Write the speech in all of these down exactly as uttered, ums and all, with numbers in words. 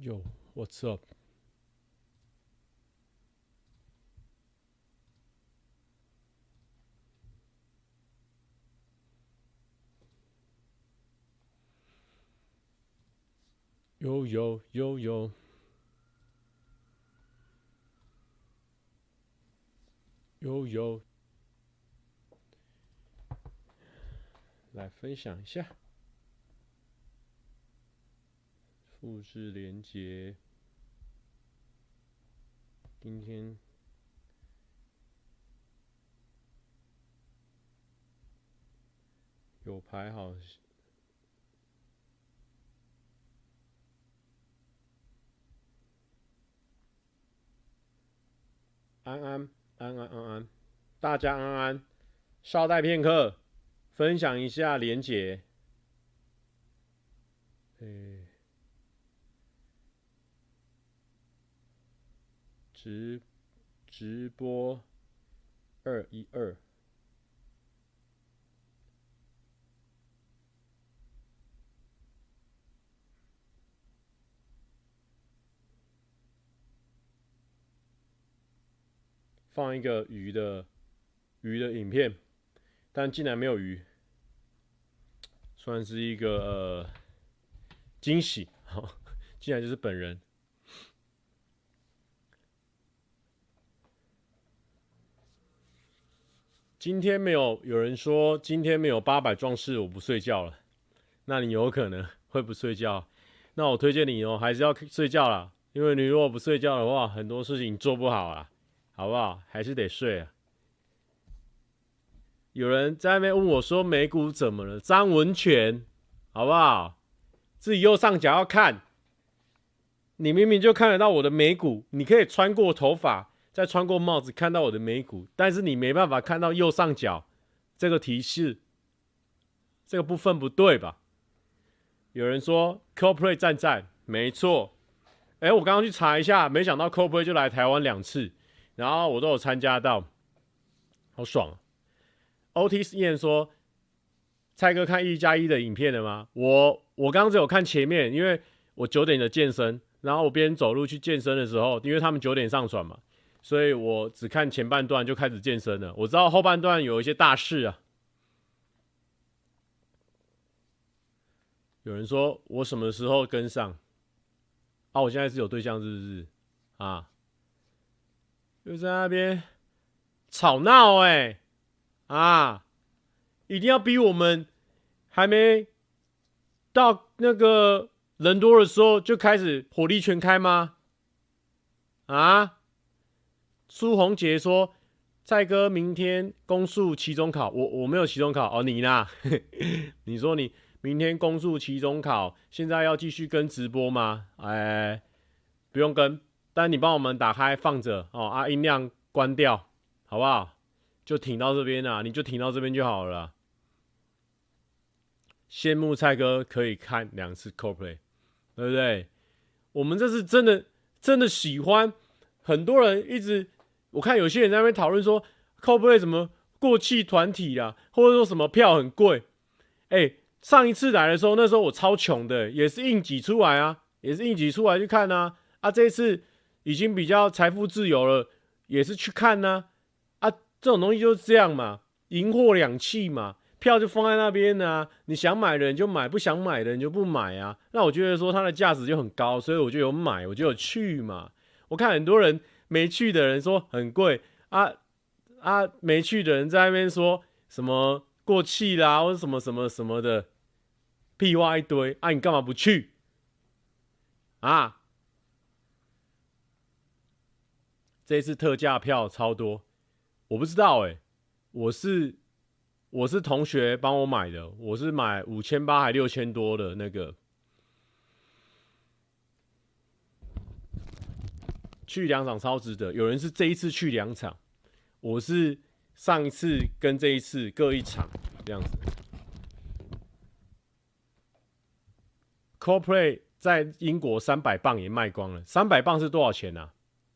Yo, what's up? 有有有有有有，来分享一下，复制连结。今天有排好。安安安安安安，大家安安，稍待片刻，分享一下连结。诶，直直播二一二。放一个鱼的鱼的影片，但竟然没有鱼，算是一个呃惊喜。好，竟然就是本人。今天没有有人说今天没有八百壮士，我不睡觉了。那你有可能会不睡觉？那我推荐你哦，还是要睡觉啦，因为你如果不睡觉的话，很多事情做不好啊。好不好？还是得睡啊。有人在那边问我说美股怎么了？张文全，好不好？自己右上角要看，你明明就看得到我的美股，你可以穿过头发，再穿过帽子看到我的美股，但是你没办法看到右上角这个提示，这个部分不对吧？有人说 Coldplay 赞赞，没错。哎，我刚刚去查一下，没想到 Coldplay 就来台湾两次。然后我都有参加到，好爽、啊。Otis Ian 说：“蔡哥看一加一的影片了吗？”我我刚刚只有看前面，因为我九点的健身，然后我边走路去健身的时候，因为他们九点上传嘛，所以我只看前半段就开始健身了。我知道后半段有一些大事啊。有人说我什么时候跟上？啊，我现在是有对象，是不是？啊？就在那边吵闹哎，啊，一定要逼我们还没到那个人多的时候就开始火力全开吗？啊，苏宏杰说，蔡哥明天公诉期中考，我我没有期中考哦，你呢？你说你明天公诉期中考，现在要继续跟直播吗？哎，不用跟。但你帮我们打开放着哦，啊，音量关掉，好不好？就停到这边啊，你就停到这边就好了啦。羡慕蔡哥可以看两次 Coldplay， 对不对？我们这是真的真的喜欢，很多人一直，我看有些人在那边讨论说 Coldplay 怎么过气团体啦，或者说什么票很贵。哎，上一次来的时候，那时候我超穷的，也是硬挤出来啊，也是硬挤出来去看啊。啊，这一次已经比较财富自由了，也是去看呢、啊。啊，这种东西就是这样嘛，银货两讫嘛，票就放在那边啊，你想买的人就买，不想买的人就不买啊。那我觉得说它的价值就很高，所以我就有买，我就有去嘛。我看很多人没去的人说很贵啊啊，没去的人在那边说什么过气啦，或者什么什么什么的，屁话一堆啊，你干嘛不去啊？这一次特价票超多，我不知道哎、欸，我是我是同学帮我买的，我是买五千八还六千多的那个，去两场超值得。有人是这一次去两场，我是上一次跟这一次各一场这样子。Coldplay 在英国三百磅也卖光了，三百磅是多少钱啊？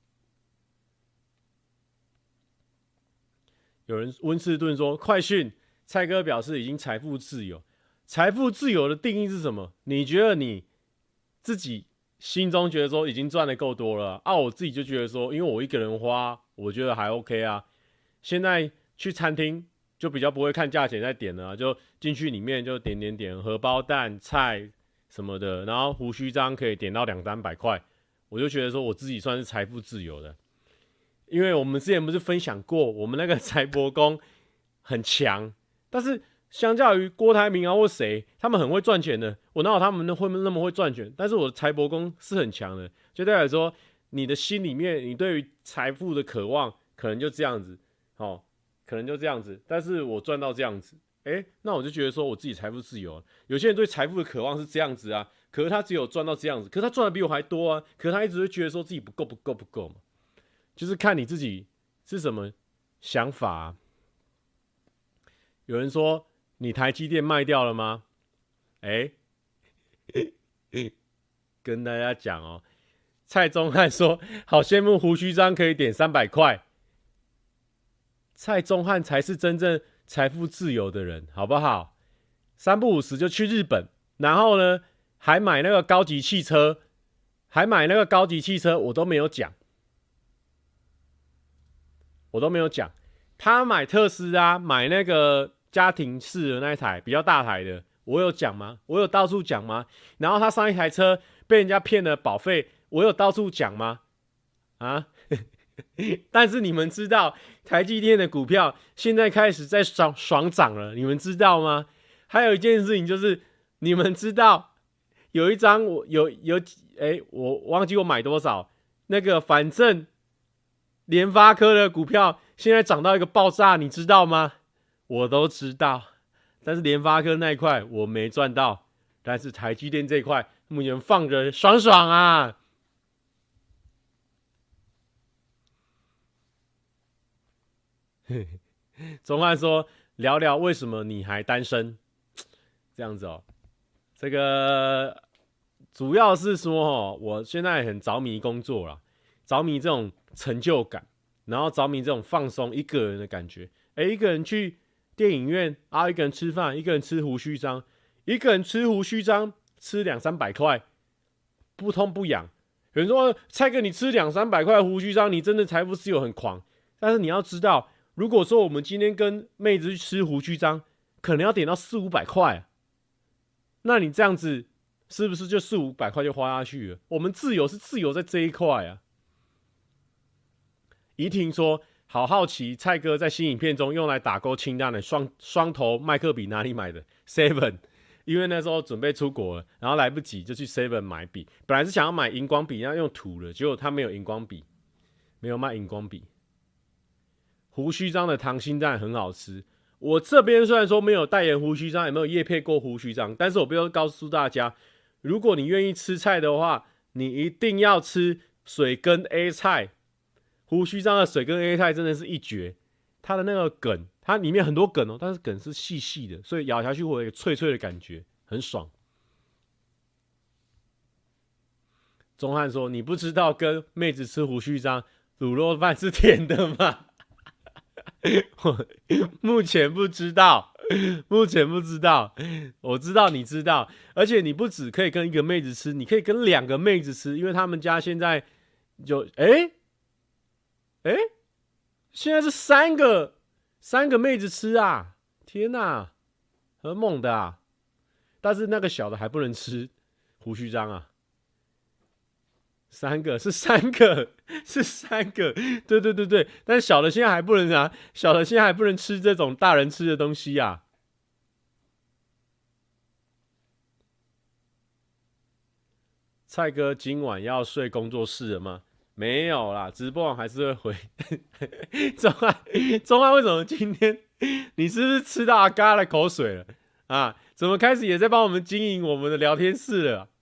有人温斯顿说：“快讯，蔡哥表示已经财富自由。财富自由的定义是什么？你觉得你自己心中觉得说已经赚的够多了啊，我自己就觉得说，因为我一个人花，我觉得还 OK 啊。现在去餐厅就比较不会看价钱再点了、啊，就进去里面就点点点荷包蛋、菜什么的，然后胡须章可以点到两三百块，我就觉得说我自己算是财富自由的。因为我们之前不是分享过，我们那个财帛宫很强，但是相较于郭台铭啊或谁，他们很会赚钱的，我哪有他们会那么会赚钱？但是我的财帛宫是很强的，就代表说你的心里面，你对于财富的渴望可能就这样子，哦，可能就这样子。但是我赚到这样子，哎，那我就觉得说我自己财富自由了。有些人对财富的渴望是这样子啊，可是他只有赚到这样子，可是他赚的比我还多啊，可是他一直会觉得说自己不够不够不够嘛。就是看你自己是什么想法啊。有人说你台积电卖掉了吗？哎、欸，跟大家讲哦，蔡宗翰说好羡慕胡须章可以点三百块，蔡宗翰才是真正财富自由的人，好不好？三不五时就去日本，然后呢还买那个高级汽车，还买那个高级汽车，我都没有讲。我都没有讲，他买特斯拉，买那个家庭式的那一台比较大台的，我有讲吗？我有到处讲吗？然后他上一台车被人家骗了保费，我有到处讲吗？啊！但是你们知道台积电的股票现在开始在爽爽涨了，你们知道吗？还有一件事情就是，你们知道有一张我有有哎，我忘记我买多少，那个反正。联发科的股票现在涨到一个爆炸，你知道吗？我都知道，但是联发科那一块我没赚到，但是台积电这一块目前放着爽爽啊！钟汉说聊聊为什么你还单身，这样子哦。这个主要是说哦，我现在很着迷工作啦，着迷这种成就感，然后着迷这种放松一个人的感觉。哎，一个人去电影院啊，一个人吃饭，一个人吃胡须章，一个人吃胡须章吃两三百块，不痛不痒。有人说蔡哥，你吃两三百块胡须章，你真的财富自由很狂。但是你要知道，如果说我们今天跟妹子去吃胡须章，可能要点到四五百块，那你这样子是不是就四五百块就花下去了？我们自由是自由在这一块啊。怡婷说：“好好奇，蔡哥在新影片中用来打勾清单的双双头麦克笔哪里买的 ？Seven， 因为那时候准备出国了，然后来不及就去 Seven 买笔。本来是想要买荧光笔，要用涂的，结果他没有荧光笔，没有卖荧光笔。胡须章的溏心蛋很好吃。我这边虽然说没有代言胡须章，也没有业配过胡须章，但是我必须告诉大家，如果你愿意吃菜的话，你一定要吃水根 A 菜。”胡须章的水跟 A 菜真的是一绝，它的那个梗，它里面很多梗哦，但是梗是细细的，所以咬下去会有一个脆脆的感觉，很爽。钟汉说：“你不知道跟妹子吃胡须章卤肉饭是甜的吗？”我目前不知道，目前不知道，我知道你知道，而且你不只可以跟一个妹子吃，你可以跟两个妹子吃，因为他们家现在就哎。欸哎，现在是三个三个妹子吃啊！天哪，很猛的啊！但是那个小的还不能吃胡须章啊。三个是三个是三个，对对对对，但是小的现在还不能啊，小的现在还不能吃这种大人吃的东西啊。蔡哥今晚要睡工作室了吗？没有啦，直播完还是会回。钟汉，钟汉为什么今天你是不是吃到阿嘎的口水了啊？怎么开始也在帮我们经营我们的聊天室了、啊？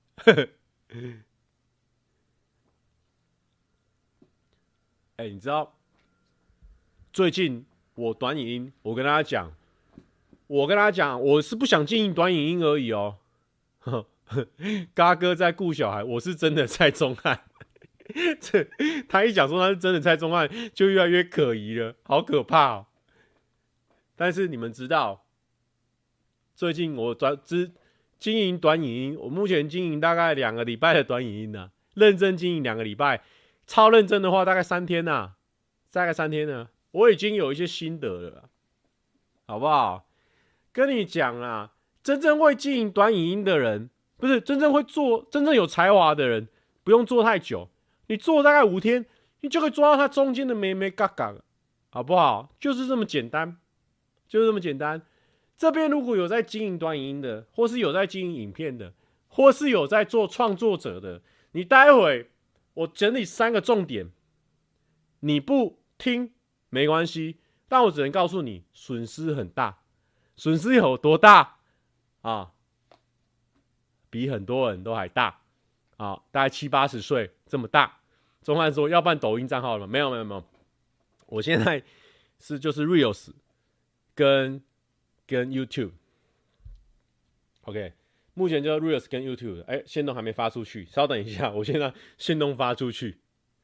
哎、欸，你知道最近我短影音，我跟大家讲，我跟大家讲，我是不想经营短影音而已哦。嘎哥在顾小孩，我是真的蔡钟汉。这他一讲说他是真的蔡宗翰，就越来越可疑了，好可怕哦！但是你们知道，最近我之经营短影音，我目前经营大概两个礼拜的短影音呢、啊，认真经营两个礼拜，超认真的话大概三天呐、啊，大概三天呢，我已经有一些心得了啦，好不好？跟你讲啦，真正会经营短影音的人，不是真正会做、真正有才华的人，不用做太久，你做大概五天，你就可以抓到他中间的眉眉角角，好不好？就是这么简单，就是这么简单。这边如果有在经营短影音的，或是有在经营影片的，或是有在做创作者的，你待会我整理三个重点，你不听没关系，但我只能告诉你，损失很大。损失有多大啊？比很多人都还大啊！大概七八十岁这么大。钟汉说要办抖音账号了吗？没有没有没有，我现在是就是 Reels 跟跟 YouTube。OK， 目前就 Reels 跟 YouTube， 哎、欸，限动还没发出去，稍等一下，我现在限动发出去。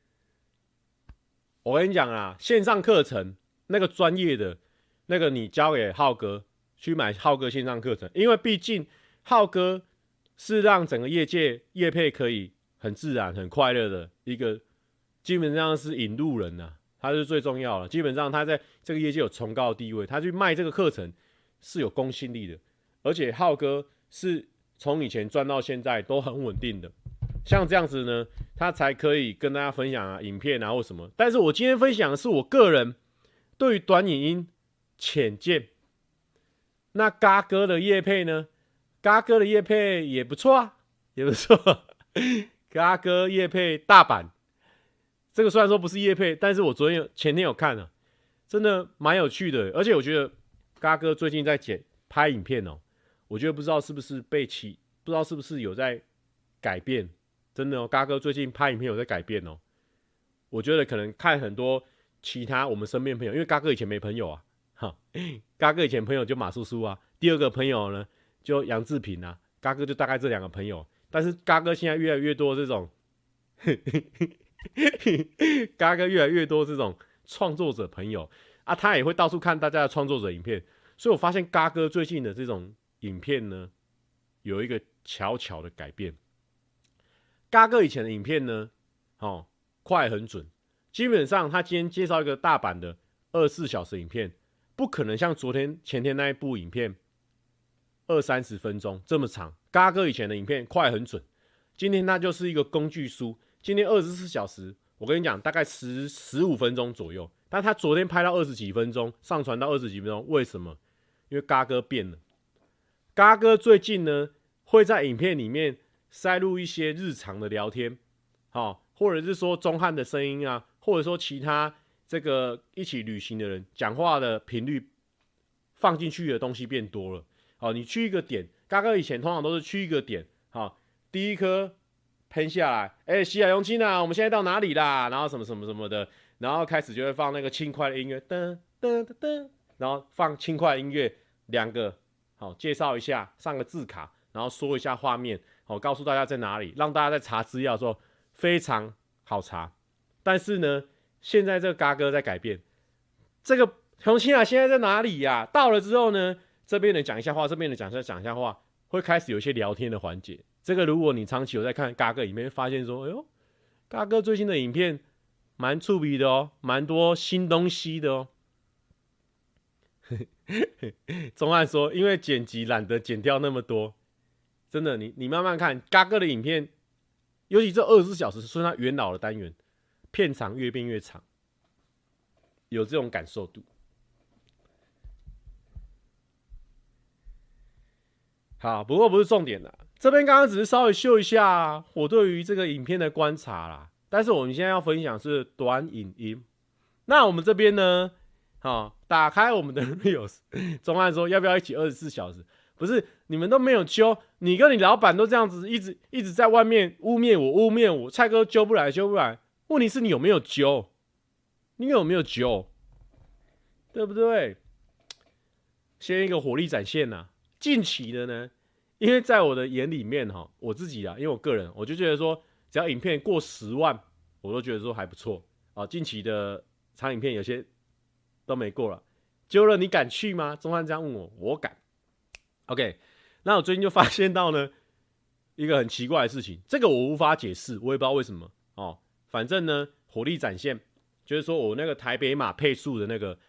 我跟你讲啊，线上课程那个专业的那个，你交给浩哥去买浩哥线上课程，因为毕竟浩哥是让整个业界业配可以很自然、很快乐的一个，基本上是引路人啊，他是最重要的。基本上他在这个业界有崇高的地位，他去卖这个课程是有公信力的，而且浩哥是从以前赚到现在都很稳定的。像这样子呢，他才可以跟大家分享啊，影片啊或什么。但是我今天分享的是我个人对于短影音浅见。那嘎哥的业配呢？嘎哥的业配也不错啊，也不错。嘎哥业配大阪，这个虽然说不是业配，但是我昨天有前天有看了，真的蛮有趣的。而且我觉得嘎哥最近在剪拍影片哦，我觉得不知道是不是被其不知道是不是有在改变。真的哦，嘎哥最近拍影片有在改变哦。我觉得可能看很多其他我们身边朋友，因为嘎哥以前没朋友啊，哈，嘎哥以前朋友就马叔叔啊，第二个朋友呢就杨志平啊，嘎哥就大概这两个朋友。但是嘎哥现在越来越多这种，嘎哥越来越多这种创作者朋友啊，他也会到处看大家的创作者影片，所以我发现嘎哥最近的这种影片呢，有一个悄悄的改变。嘎哥以前的影片呢，哦，快很准，基本上他今天介绍一个大阪的二十四小时影片，不可能像昨天前天那一部影片二三十分钟这么长。嘎哥以前的影片快很准，今天他就是一个工具书，今天二十四小时，我跟你讲大概十十五分钟左右，但他昨天拍到二十几分钟，上传到二十几分钟，为什么？因为嘎哥变了。嘎哥最近呢会在影片里面塞入一些日常的聊天，好，或者是说钟汉的声音啊，或者说其他这个一起旅行的人讲话的频率放进去的东西变多了。好，你去一个点，嘎哥以前通常都是去一个点，好，第一颗喷下来，哎、欸，西海永清啊，我们现在到哪里啦？然后什么什么什么的，然后开始就会放那个轻快的音乐，噔噔噔噔，然后放轻快的音乐，两个好介绍一下，上个字卡，然后说一下画面。我告诉大家在哪里，让大家在查资料的时候非常好查。但是呢，现在这个嘎哥在改变，这个洪清啊现在在哪里呀、啊？到了之后呢，这边人讲一下话，这边人讲一下讲一下话，会开始有一些聊天的环节。这个如果你长期有在看嘎哥影片，发现说，哎呦，嘎哥最近的影片蛮触笔的哦，蛮多新东西的哦。钟汉说，因为剪辑懒得剪掉那么多。真的，你你慢慢看嘎哥的影片，尤其这二十四小时是他元老的单元，片长越变越长，有这种感受度。好，不过不是重点啦，这边刚刚只是稍微秀一下我对于这个影片的观察啦。但是我们现在要分享是短影音，那我们这边呢，好，打开我们的 Reels， 钟汉说要不要一起二十四小时？不是，你们都没有揪，你跟你老板都这样子，一直一直在外面污蔑我，污蔑我，蔡哥揪不来，揪不来。问题是你有没有揪？你有没有揪？对不对？先一个火力展现呐、啊。近期的呢，因为在我的眼里面哈，我自己啊，因为我个人，我就觉得说，只要影片过十万，我都觉得说还不错啊。近期的长影片有些都没过了，揪了你敢去吗？钟汉这样问我，我敢。OK， 那我最近就发现到呢一个很奇怪的事情，这个我无法解释，我也不知道为什么哦。反正呢，火力展现，就是说我那个台北马配速的那个，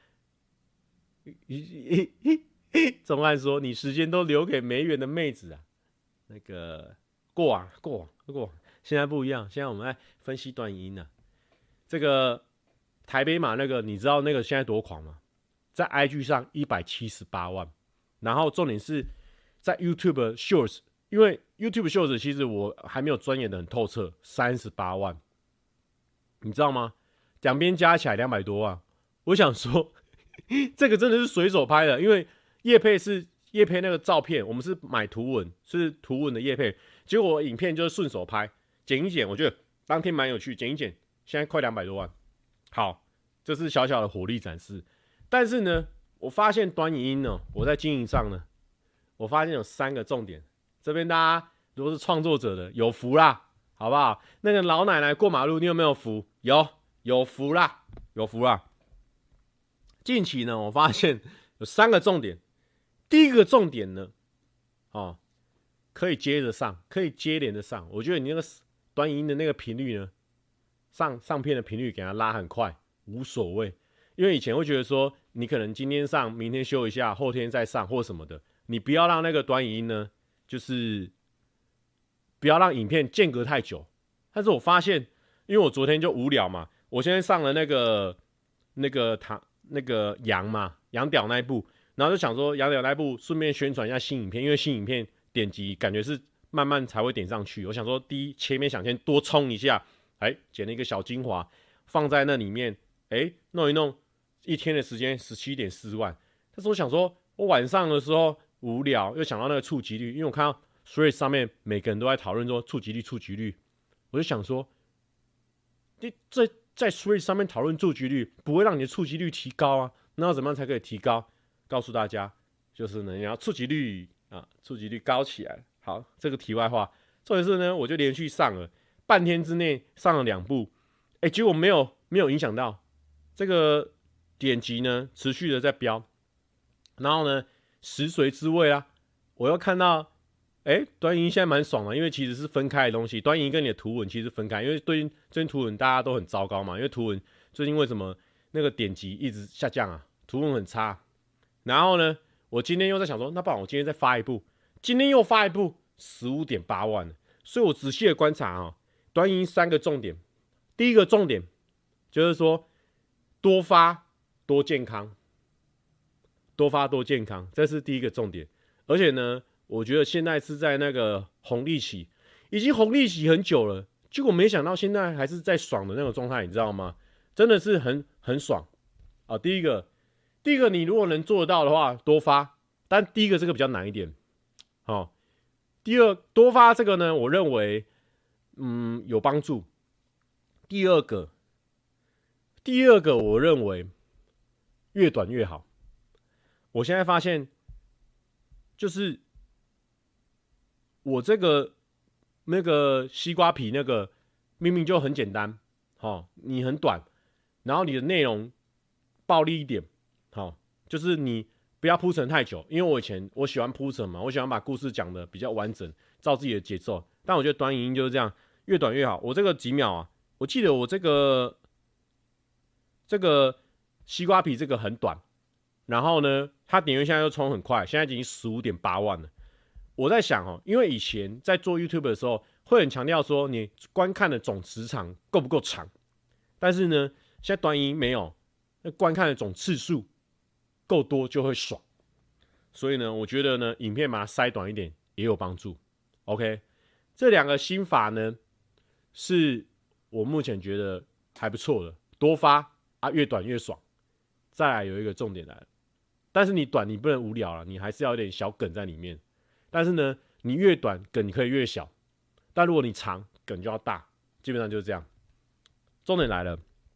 钟汉说你时间都留给没缘的妹子啊。那个过往过往过往，现在不一样，现在我们来分析短影音啊。这个台北马那个，你知道那个现在多狂吗？在 I G 上一百七十八万，然后重点是在 YouTube Shorts， 因为 YouTube Shorts 其实我还没有钻研的很透彻，三十八万，你知道吗？两边加起来两百多万。我想说，这个真的是随手拍的，因为业配是业配那个照片，我们是买图文，是图文的业配，结果我影片就是顺手拍，剪一剪，我觉得当天蛮有趣，剪一剪，现在快两百多万。好，这是小小的火力展示。但是呢，我发现短影音呢，我在经营上呢，我发现有三个重点。这边大家如果是创作者的，有福啦，好不好？那个老奶奶过马路，你有没有福？有，有福啦，有福啦。近期呢，我发现有三个重点。第一个重点呢，哦，可以接着上，可以接连的上。我觉得你那个短影音的那个频率呢，上上片的频率给它拉很快，无所谓。因为以前会觉得说，你可能今天上，明天休一下，后天再上或什么的，你不要让那个短影音呢，就是不要让影片间隔太久。但是我发现，因为我昨天就无聊嘛，我现在上了那个那个他那个羊嘛，羊屌那一部，然后就想说羊屌那一部顺便宣传一下新影片，因为新影片点击感觉是慢慢才会点上去。我想说，第一前面想先多冲一下，哎，剪了一个小精华放在那里面，哎，弄一弄。一天的时间 十七点四万，但是我想说，我晚上的时候无聊，又想到那个触及率，因为我看到 Threads 上面每个人都在讨论说触及率、触及率，我就想说，在在 Threads 上面讨论触及率，不会让你的触及率提高啊？那要怎么样才可以提高？告诉大家，就是呢，你要触及率啊，触及率高起来。好，这个题外话，重点是呢，我就连续上了半天之内上了两部，哎，结果没有没有影响到这个。点击呢持续的在飙，然后呢食髓知味啊，我又看到，哎，短影音现在蛮爽的，因为其实是分开的东西，短影音跟你的图文其实分开，因为最近最近图文大家都很糟糕嘛，因为图文最近为什么那个点击一直下降啊？图文很差，然后呢，我今天又在想说，那不然我今天再发一部，今天又发一部，十五点八万了，所以我仔细的观察啊、哦，短影音三个重点，第一个重点就是说多发。多健康，多发多健康，这是第一个重点。而且呢，我觉得现在是在那个红利期，已经红利期很久了，结果没想到现在还是在爽的那种状态，你知道吗？真的是很很爽啊！第一个，第一个你如果能做得到的话，多发。但第一个这个比较难一点，好、哦。第二，多发这个呢，我认为嗯有帮助。第二个，第二个我认为。越短越好。我现在发现，就是我这个那个西瓜皮那个明明就很简单，好、哦，你很短，然后你的内容暴力一点，好、哦，就是你不要铺陈太久，因为我以前我喜欢铺陈嘛，我喜欢把故事讲的比较完整，照自己的节奏。但我觉得短影音就是这样，越短越好。我这个几秒啊，我记得我这个这个。西瓜皮这个很短，然后呢，它点阅现在又冲很快，现在已经 十五点八万了。我在想哦，因为以前在做 YouTube 的时候，会很强调说你观看的总时长够不够长，但是呢，现在短影音没有，那观看的总次数够多就会爽。所以呢，我觉得呢，影片把它塞短一点也有帮助。OK， 这两个心法呢，是我目前觉得还不错的，多发啊，越短越爽。再来有一个重点来了，但是你短你不能无聊了，你还是要有点小梗在里面。但是呢，你越短梗可以越小，但如果你长梗就要大，基本上就是这样。重点来了，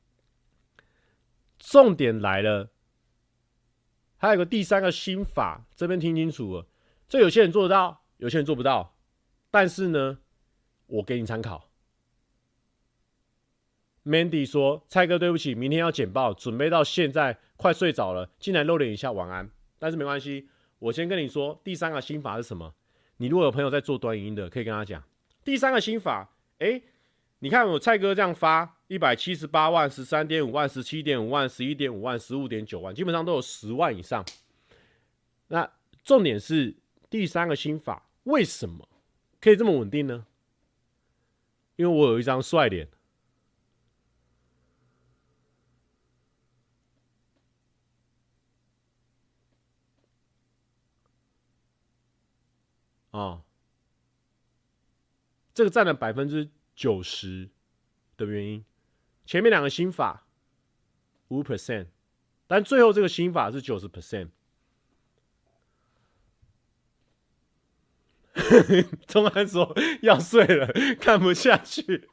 重点来了，还有个第三个心法，这边听清楚了。这有些人做得到，有些人做不到，但是呢，我给你参考。Mandy 说：“蔡哥，对不起，明天要简报，准备到现在快睡着了，进来露脸一下，晚安。但是没关系，我先跟你说，第三个心法是什么？ 你如果有朋友在做短影音的，可以跟他讲。第三个心法，哎，你看我蔡哥这样发一百七十八万、十三点五万、十七点五万、十一点五万、十五点九万，基本上都有十万以上。那重点是第三个心法，为什么可以这么稳定呢？因为我有一张帅脸。哦，这个占了百分之九十的原因。前面两个心法五 percent， 但最后这个心法是九十 percent。钟安说要睡了，看不下去。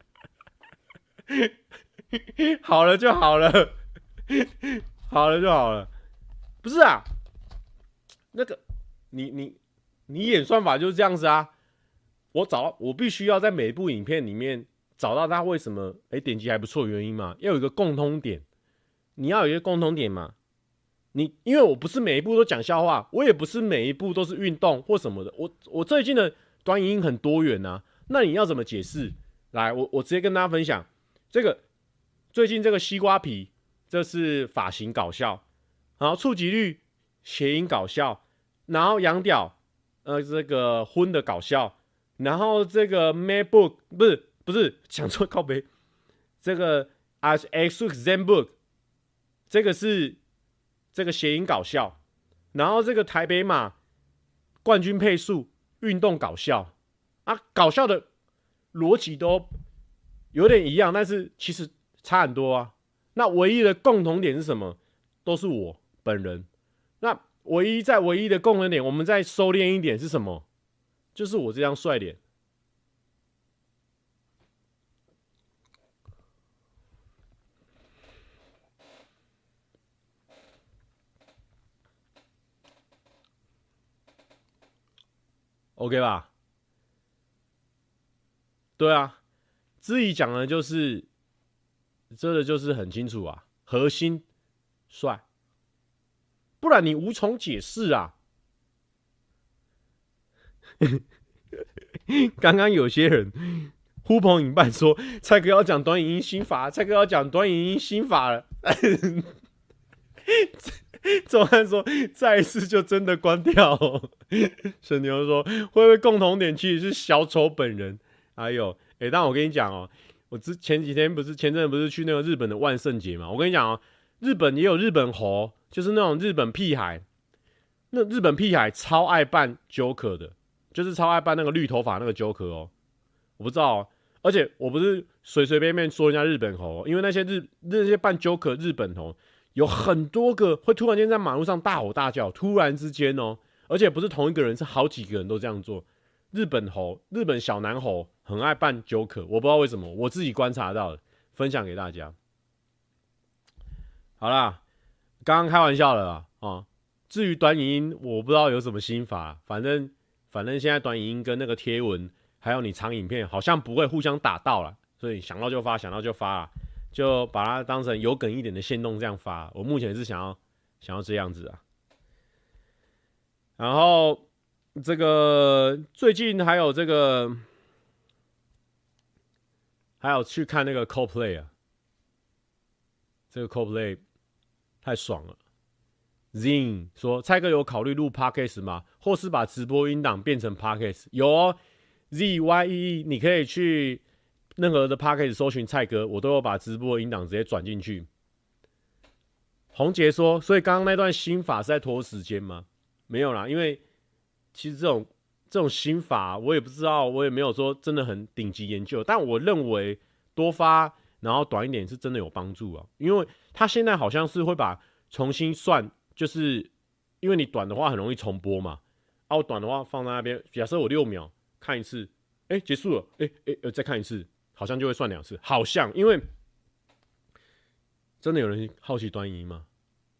好了就好了，好了就好了。不是啊，那个你你你演算法就是这样子啊。我找我必须要在每一部影片里面找到它为什么哎点击还不错的原因嘛，要有一个共通点。你要有一个共通点嘛。你因为我不是每一部都讲笑话，我也不是每一部都是运动或什么的。我我最近的短影音很多元啊，那你要怎么解释？来，我我直接跟大家分享，这个最近这个西瓜皮，这是发型搞笑，然后触及率谐音搞笑，然后羊屌，呃，这个荤的搞笑，然后这个 MacBook 不是不是讲错靠北，这个 as X Zenbook， 这个是这个谐音搞笑，然后这个台北马冠军配速运动搞笑啊，搞笑的逻辑都有点一样，但是其实差很多啊。那唯一的共同点是什么？都是我本人。那唯一在唯一的共同点，我们再收敛一点是什么？就是我这张帅脸。OK 吧？对啊，知怡讲的就是，这个就是很清楚啊，核心帅，不然你无从解释啊。刚刚有些人呼朋引伴说，蔡哥要讲短影音心法，蔡哥要讲短影音心法了。周汉说再一次就真的关掉、哦。沈牛说会不会共同点其实是小丑本人？还有，哎、欸，但我跟你讲哦，我之前几天不是前阵不是去那个日本的万圣节嘛？我跟你讲哦，日本也有日本猴，就是那种日本屁孩，那日本屁孩超爱扮 Joker 的，就是超爱扮那个绿头发那个 Joker 哦。我不知道、哦，而且我不是随随便便说人家日本猴、哦，因为那些日那些扮 Joker 日本猴。有很多个会突然间在马路上大吼大叫，突然之间哦，而且不是同一个人，是好几个人都这样做。日本猴，日本小男猴很爱扮 Joker， 我不知道为什么，我自己观察到的，分享给大家。好啦，刚刚开玩笑了啦啊。至于短影音，我不知道有什么心法，反正反正现在短影音跟那个贴文，还有你长影片，好像不会互相打到啦，所以想到就发，想到就发啦。就把它当成有梗一点的限动这样发，我目前是想要想要这样子啊。然后这个最近还有这个还有去看那个 Coldplay 啊，这个 Coldplay 太爽了。Zin 说蔡哥有考虑录 Podcast 吗？或是把直播音档变成 Podcast？ 有哦 ，Z Y E E 你可以去。任何的 podcast 搜寻蔡哥，我都有把直播的音档直接转进去。洪杰说，所以刚刚那段心法是在拖时间吗？没有啦，因为其实这种这种心法我也不知道，我也没有说真的很顶级研究，但我认为多发然后短一点是真的有帮助啊，因为他现在好像是会把重新算，就是因为你短的话很容易重播嘛，啊我短的话放在那边，假设我六秒看一次，哎、欸、结束了，哎、欸、哎、欸、再看一次。好像就会算两次，好像因为真的有人好奇短影音吗？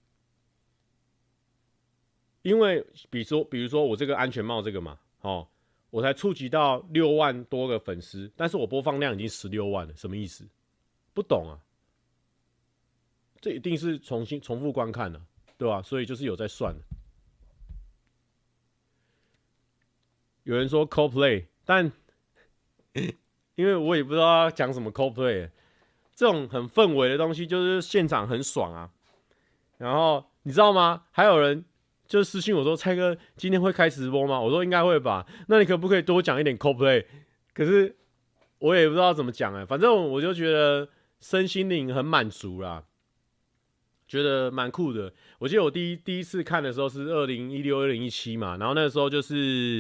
因为比如说，比如说我这个安全帽这个嘛，哦，我才触及到六万多个粉丝，但是我播放量已经十六万了，什么意思？不懂啊？这一定是重新重复观看的、啊，对吧、啊？所以就是有在算的。 有人说 Coldplay， 但因为我也不知道要讲什么 Coldplay， 这种很氛围的东西就是现场很爽啊。然后你知道吗？还有人就私信我说：“蔡哥今天会开直播吗？”我说：“应该会吧。”那你可不可以多讲一点 Coldplay？ 可是我也不知道怎么讲哎，反正我就觉得身心灵很满足啦，觉得蛮酷的。我记得我第一第一次看的时候是二零一六、二零一七嘛，然后那个时候就是，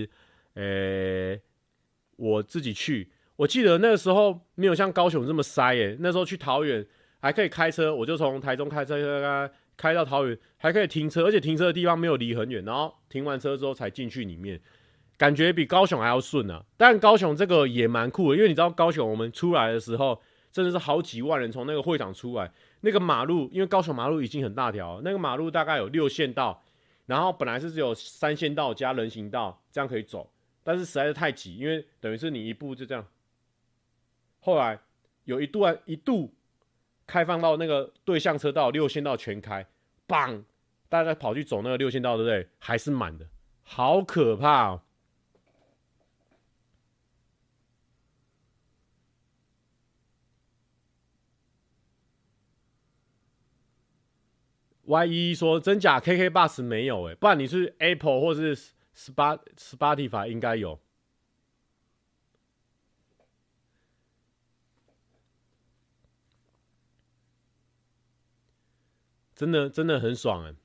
呃、欸，我自己去。我记得那个时候没有像高雄这么塞耶，那时候去桃园还可以开车，我就从台中开车开到桃园，还可以停车，而且停车的地方没有离很远，然后停完车之后才进去里面，感觉比高雄还要顺啊。但高雄这个也蛮酷的，因为你知道高雄我们出来的时候，真的是好几万人从那个会场出来，那个马路，因为高雄马路已经很大条，那个马路大概有六线道，然后本来是只有三线道加人行道，这样可以走，但是实在是太挤，因为等于是你一步就这样。后来有一度一度开放到那个对向车道六线道全开，棒，大家跑去走那个六线道，对不对？还是满的，好可怕哦。Y 一说真假 K K Bus 没有哎，不然你是 Apple 或是 Spotify 应该有。真的真的很爽哎！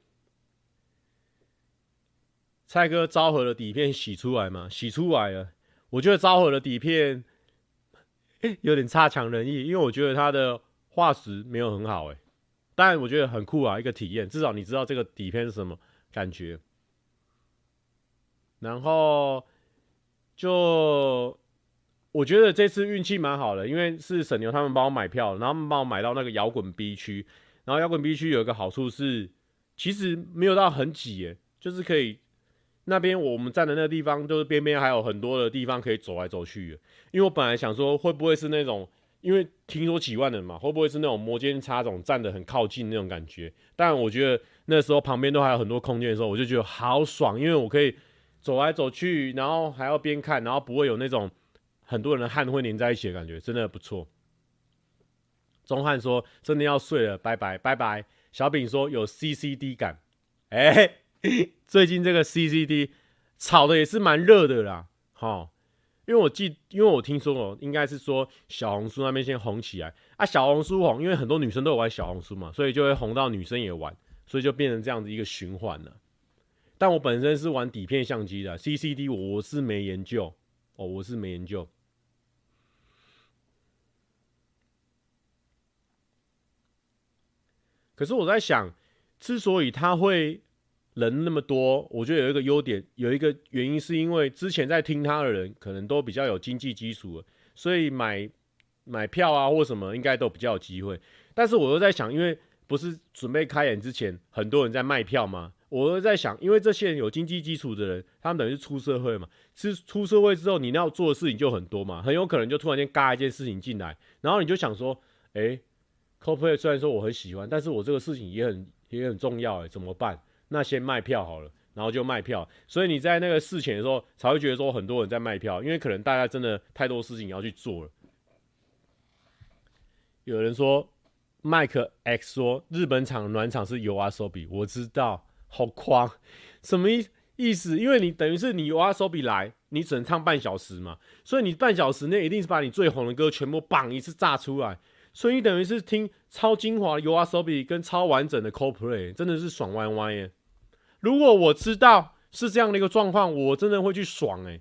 蔡哥昭和的底片洗出来吗？洗出来了。我觉得昭和的底片有点差强人意，因为我觉得它的画质没有很好哎。但我觉得很酷啊，一个体验，至少你知道这个底片是什么感觉。然后就我觉得这次运气蛮好的，因为是沈牛他们帮我买票，然后他们帮我买到那个摇滚 B 区。然后摇滚 B 区有一个好处是，其实没有到很挤耶，就是可以那边我们站的那个地方，就是边边还有很多的地方可以走来走去的。因为我本来想说会不会是那种，因为听说几万人嘛，会不会是那种摩肩擦踵站得很靠近那种感觉？但我觉得那时候旁边都还有很多空间的时候，我就觉得好爽，因为我可以走来走去，然后还要边看，然后不会有那种很多人的汗会黏在一起的感觉，真的不错。钟汉说：“真的要睡了，拜拜拜拜。”小饼说：“有 C C D 感。”哎，最近这个 C C D 炒的也是蛮热的啦，哈。因为我记，因为我听说哦，应该是说小红书那边先红起来啊，小红书红，因为很多女生都有玩小红书嘛，所以就会红到女生也玩，所以就变成这样子一个循环了。但我本身是玩底片相机的 C C D， 我, 我是没研究哦，我是没研究。可是我在想，之所以他会人那么多，我觉得有一个优点，有一个原因是因为之前在听他的人可能都比较有经济基础，所以买买票啊或什么应该都比较有机会。但是我又在想，因为不是准备开演之前，很多人在卖票吗？我又在想，因为这些人有经济基础的人，他们等于是出社会嘛，是出社会之后，你要做的事情就很多嘛，很有可能就突然间嘎一件事情进来，然后你就想说，哎、欸。Coldplay 虽然说我很喜欢，但是我这个事情也很也很重要哎，怎么办？那先卖票好了，然后就卖票。所以你在那个事前的时候，才会觉得说很多人在卖票，因为可能大家真的太多事情要去做了。有人说，Mike X 说日本场暖场是 YOASOBI， 我知道，好狂，什么意意思？因为你等于是你 YOASOBI 来，你只能唱半小时嘛，所以你半小时内一定是把你最红的歌全部绑一次炸出来。所以你等于是听超精华的 YOASOBI 跟超完整的 Coldplay， 真的是爽歪歪耶！如果我知道是这样的一个状况，我真的会去爽哎。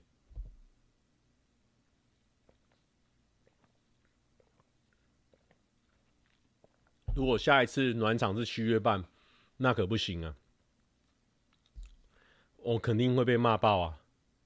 如果下一次暖场是七月半，那可不行啊，我肯定会被骂爆啊。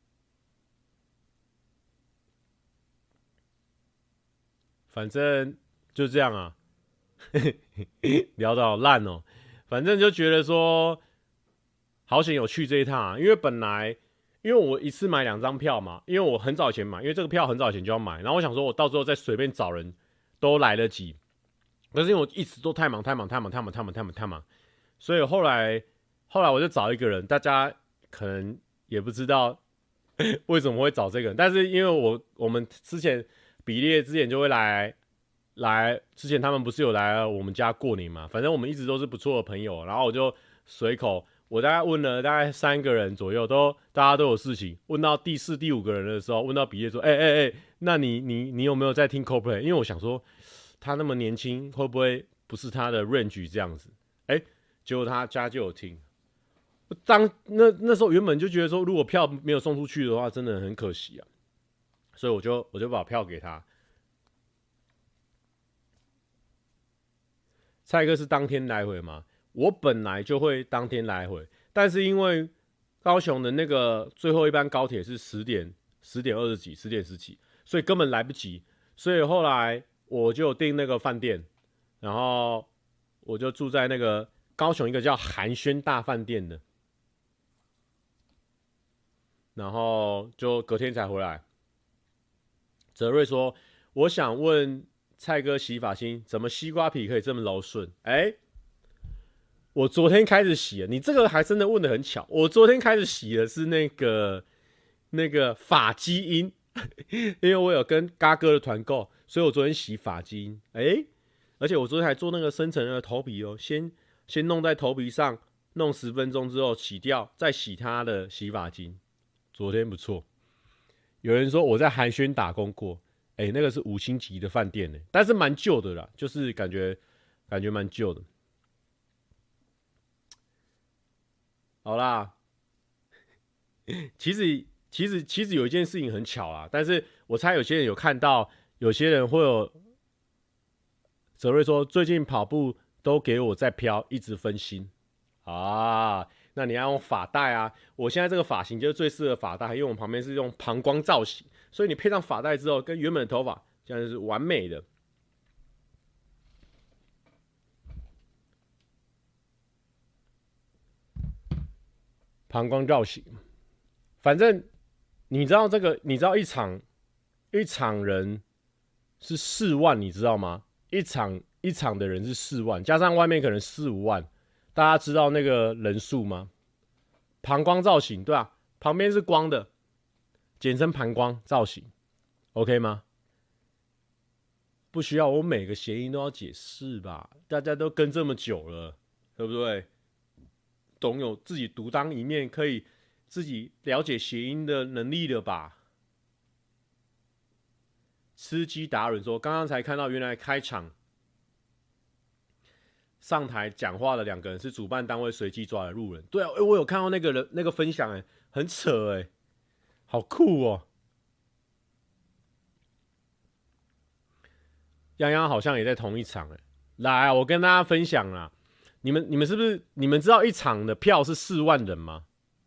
反正就这样啊，聊得好烂哦。反正就觉得说，好险有去这一趟啊，因为本来因为我一次买两张票嘛，因为我很早以前买，因为这个票很早以前就要买，然后我想说我到时候再随便找人都来得及。可是因为我一直都太忙太忙太忙太忙太忙太忙太忙，所以后来后来我就找一个人，大家可能也不知道， 为什么会找这个人？但是因为我我们之前比列之前就会来来，之前他们不是有来我们家过年嘛？反正我们一直都是不错的朋友，然后我就随口，我大概问了大概三个人左右，都大家都有事情。问到第四、第五个人的时候，问到比列说：“哎哎哎，那你你你有没有在听 Coldplay？” 因为我想说他那么年轻，会不会不是他的 range 这样子？哎，结果他家就有听。当那那时候原本就觉得说，如果票没有送出去的话，真的很可惜啊，所以我就我就把票给他。蔡哥是当天来回嘛？我本来就会当天来回，但是因为高雄的那个最后一班高铁是十点十点二十几，十点十几，所以根本来不及。所以后来我就订那个饭店，然后我就住在那个高雄一个叫寒暄大饭店的。然后就隔天才回来。泽瑞说：“我想问蔡哥洗发精，怎么西瓜皮可以这么柔顺？”哎，我昨天开始洗了，你这个还真的问得很巧。我昨天开始洗的是那个那个发基因，因为我有跟嘎哥的团购，所以我昨天洗发基因。哎，而且我昨天还做那个深层的头皮哦，先先弄在头皮上，弄十分钟之后洗掉，再洗它的洗发精。昨天不错，有人说我在寒暄打工过，哎、欸，那个是五星级的饭店呢，但是蛮旧的啦，就是感觉感觉蛮旧的。好啦，其实其实其实有一件事情很巧啦，但是我猜有些人有看到，有些人会有。泽瑞说最近跑步都给我在飘，一直分心啊。那你要用发带啊，我现在这个发型就是最适合发带，因为我们旁边是用膀胱造型，所以你配上发带之后，跟原本的头发这样就是完美的。膀胱造型，反正你知道这个，你知道一场一场人是四万，你知道吗？一场一场的人是四万，加上外面可能四五万。大家知道那个人数吗？膀胱造型，对啊，旁边是光的，简称膀胱造型 ，OK 吗？不需要我每个谐音都要解释吧？大家都跟这么久了，对不对？总有自己独当一面，可以自己了解谐音的能力了吧？吃鸡达人说，刚刚才看到，原来开场上台讲话的两个人是主办单位随机抓的路人。对啊，欸、我有看到那个人那个分享、欸，哎，很扯哎、欸，好酷哦！泱泱好像也在同一场哎、欸，来、啊，我跟大家分享啦，你们你们是不是你们知道一场的票是四万人吗？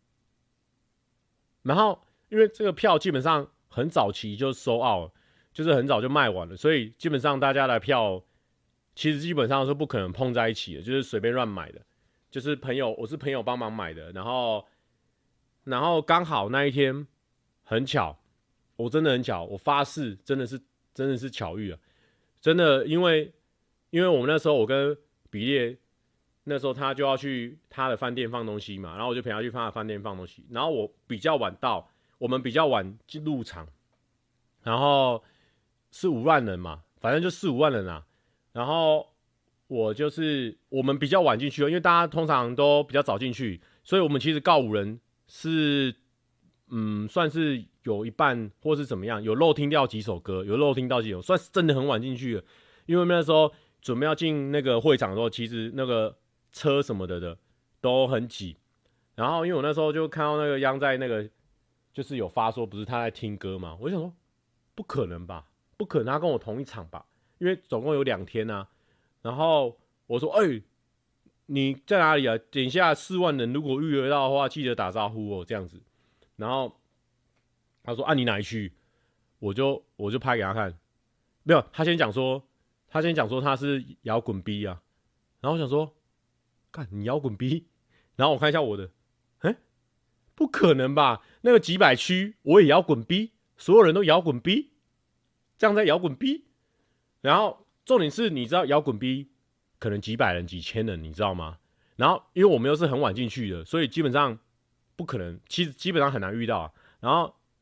然后因为这个票基本上很早期就收 out 了，就是很早就卖完了，所以基本上大家的票。其实基本上是不可能碰在一起的，就是随便乱买的，就是朋友，我是朋友帮忙买的，然后，然后刚好那一天很巧，我真的很巧，我发誓真的是真的是巧遇啊，真的，因为因为我们那时候我跟比列那时候他就要去他的饭店放东西嘛，然后我就陪他去他的饭店放东西，然后我比较晚到，我们比较晚入场，然后是五万人嘛，反正就四五万人啊。然后我就是我们比较晚进去，因为大家通常都比较早进去，所以我们其实告五人是嗯算是有一半或是怎么样，有漏听掉几首歌，有漏听到几首，算是真的很晚进去了。因为我们那时候准备要进那个会场的时候，其实那个车什么的的都很挤。然后因为我那时候就看到那个央在那个就是有发说不是他在听歌嘛，我就想说不可能吧，不可能他跟我同一场吧。因为总共有两天啊，然后我说：“哎、欸，你在哪里啊？等一下四万人，如果预约到的话，记得打招呼哦，这样子。”然后他说：“啊，你哪一区？”我就我就拍给他看，没有，他先讲说，他先讲说他是摇滚 B 啊，然后我想说，看你摇滚 B， 然后我看一下我的，哎、欸，不可能吧？那个几百区我也摇滚 B， 所有人都摇滚 B， 这样在摇滚 B。然后重点是，你知道摇滚 B 可能几百人、几千人，你知道吗？然后因为我们又是很晚进去的，所以基本上不可能，其实基本上很难遇到、啊。然后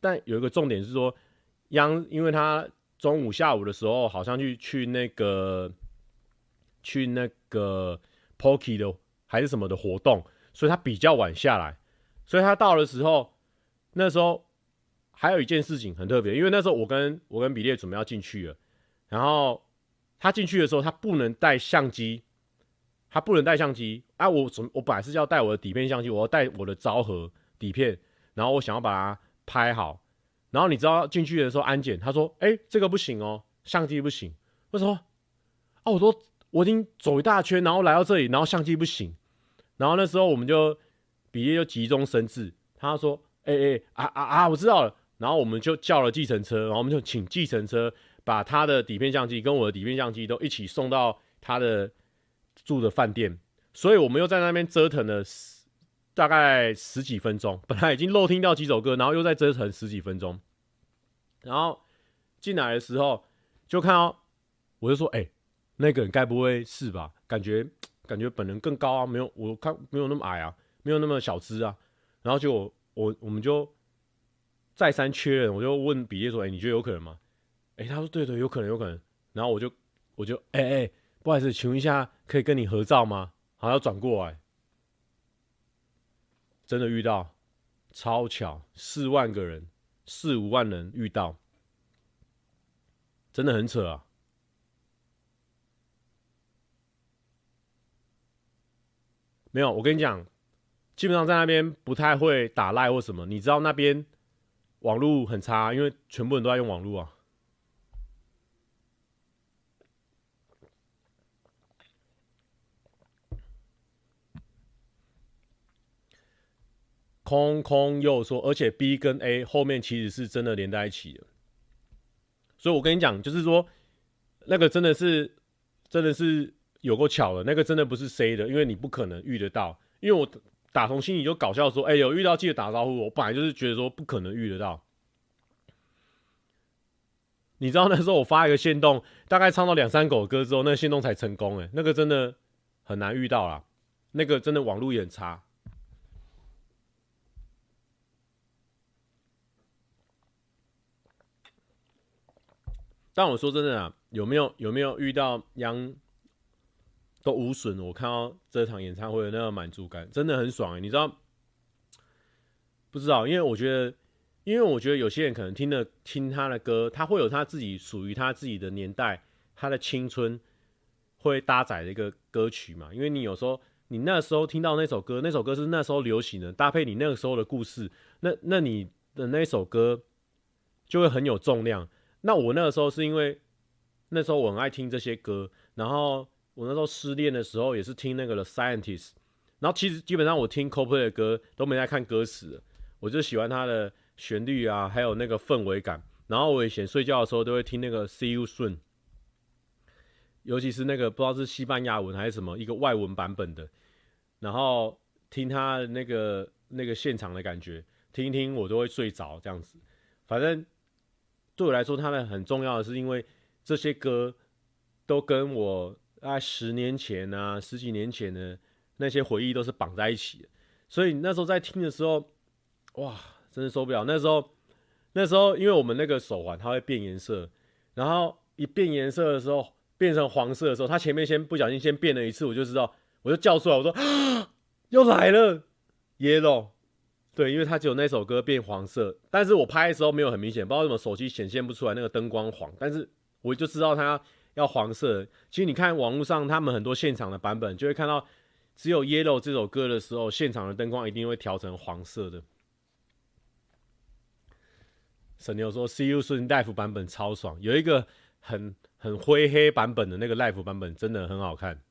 但有一个重点是说，央因为他中午下午的时候好像去去那个去那个 Pocky 的还是什么的活动，所以他比较晚下来，所以他到的时候，那时候还有一件事情很特别，因为那时候我跟我跟比列准备要进去了，然后他进去的时候，他不能带相机，他不能带相机啊！我准我本来是要带我的底片相机，我要带我的昭和底片，然后我想要把它拍好，然后你知道进去的时候安检，他说：“哎、欸，这个不行哦，相机不行。”为什么？啊，我说我已经走一大圈，然后来到这里，然后相机不行。然后那时候我们就比利就急中生智，他说：“哎、欸、哎、欸、啊啊啊，我知道了。”然后我们就叫了计程车，然后我们就请计程车把他的底片相机跟我的底片相机都一起送到他的住的饭店。所以我们又在那边折腾了大概十几分钟，本来已经漏听到几首歌，然后又再折腾十几分钟。然后进来的时候就看到，我就说：“哎、欸，那个人该不会是吧？感觉感觉本人更高啊，没有我看没有那么矮啊，没有那么小只啊。”然后就我我我们就再三确认，我就问比利说：“哎、欸，你觉得有可能吗？”哎、欸，他说：“对对，有可能有可能。”然后我就我就哎哎、欸欸，不好意思，请问一下，可以跟你合照吗？好，要转过来，真的遇到，超巧，四万个人，四五万人遇到，真的很扯啊！没有，我跟你讲，基本上在那边不太会打赖或什么，你知道那边网路很差，因为全部人都在用网路啊。空空又说，而且 B 跟 A 后面其实是真的连在一起的，所以我跟你讲，就是说那个真的是真的是有够巧的，那个真的不是 C 的，因为你不可能遇得到。因为我打从心里就搞笑说，哎、欸，有遇到记得打招呼。我本来就是觉得说不可能遇得到。你知道那时候我发一个限动，大概唱到两三首歌之后，那个限动才成功、欸，哎，那个真的很难遇到啦，那个真的网路也很差。但我说真的啊，有没有有没有遇到央都无损？我看到这场演唱会的那个满足感真的很爽哎、欸！你知道？不知道，因为我觉得，因为我觉得有些人可能听了听他的歌，他会有他自己属于他自己的年代，他的青春会搭载的一个歌曲嘛。因为你有时候你那时候听到那首歌，那首歌是那时候流行的，搭配你那个时候的故事，那那你的那首歌就会很有重量。那我那个时候是因为那时候我很爱听这些歌，然后我那时候失恋的时候也是听那个 The Scientist， 然后其实基本上我听 Coldplay 的歌都没在看歌词，我就喜欢它的旋律啊，还有那个氛围感。然后我以前睡觉的时候都会听那个 See You Soon， 尤其是那个不知道是西班牙文还是什么一个外文版本的，然后听他的那个那个现场的感觉，听一听我都会睡着这样子。反正对我来说，它的很重要的是因为这些歌都跟我大概十年前啊、十几年前的那些回忆都是绑在一起的，所以那时候在听的时候，哇，真的受不了。那时候，那时候因为我们那个手环它会变颜色，然后一变颜色的时候，变成黄色的时候，它前面先不小心先变了一次，我就知道，我就叫出来，我说啊，又来了 ，yellow。对，因为它只有那首歌变黄色，但是我拍的时候没有很明显，不知道为什么手机显现不出来那个灯光黄，但是我就知道它要黄色。其实你看网络上他们很多现场的版本，就会看到只有 Yellow 这首歌的时候，现场的灯光一定会调成黄色的。沈牛说 See You Soon Live 版本超爽，有一个很很灰黑版本的那个 Live 版本真的很好看。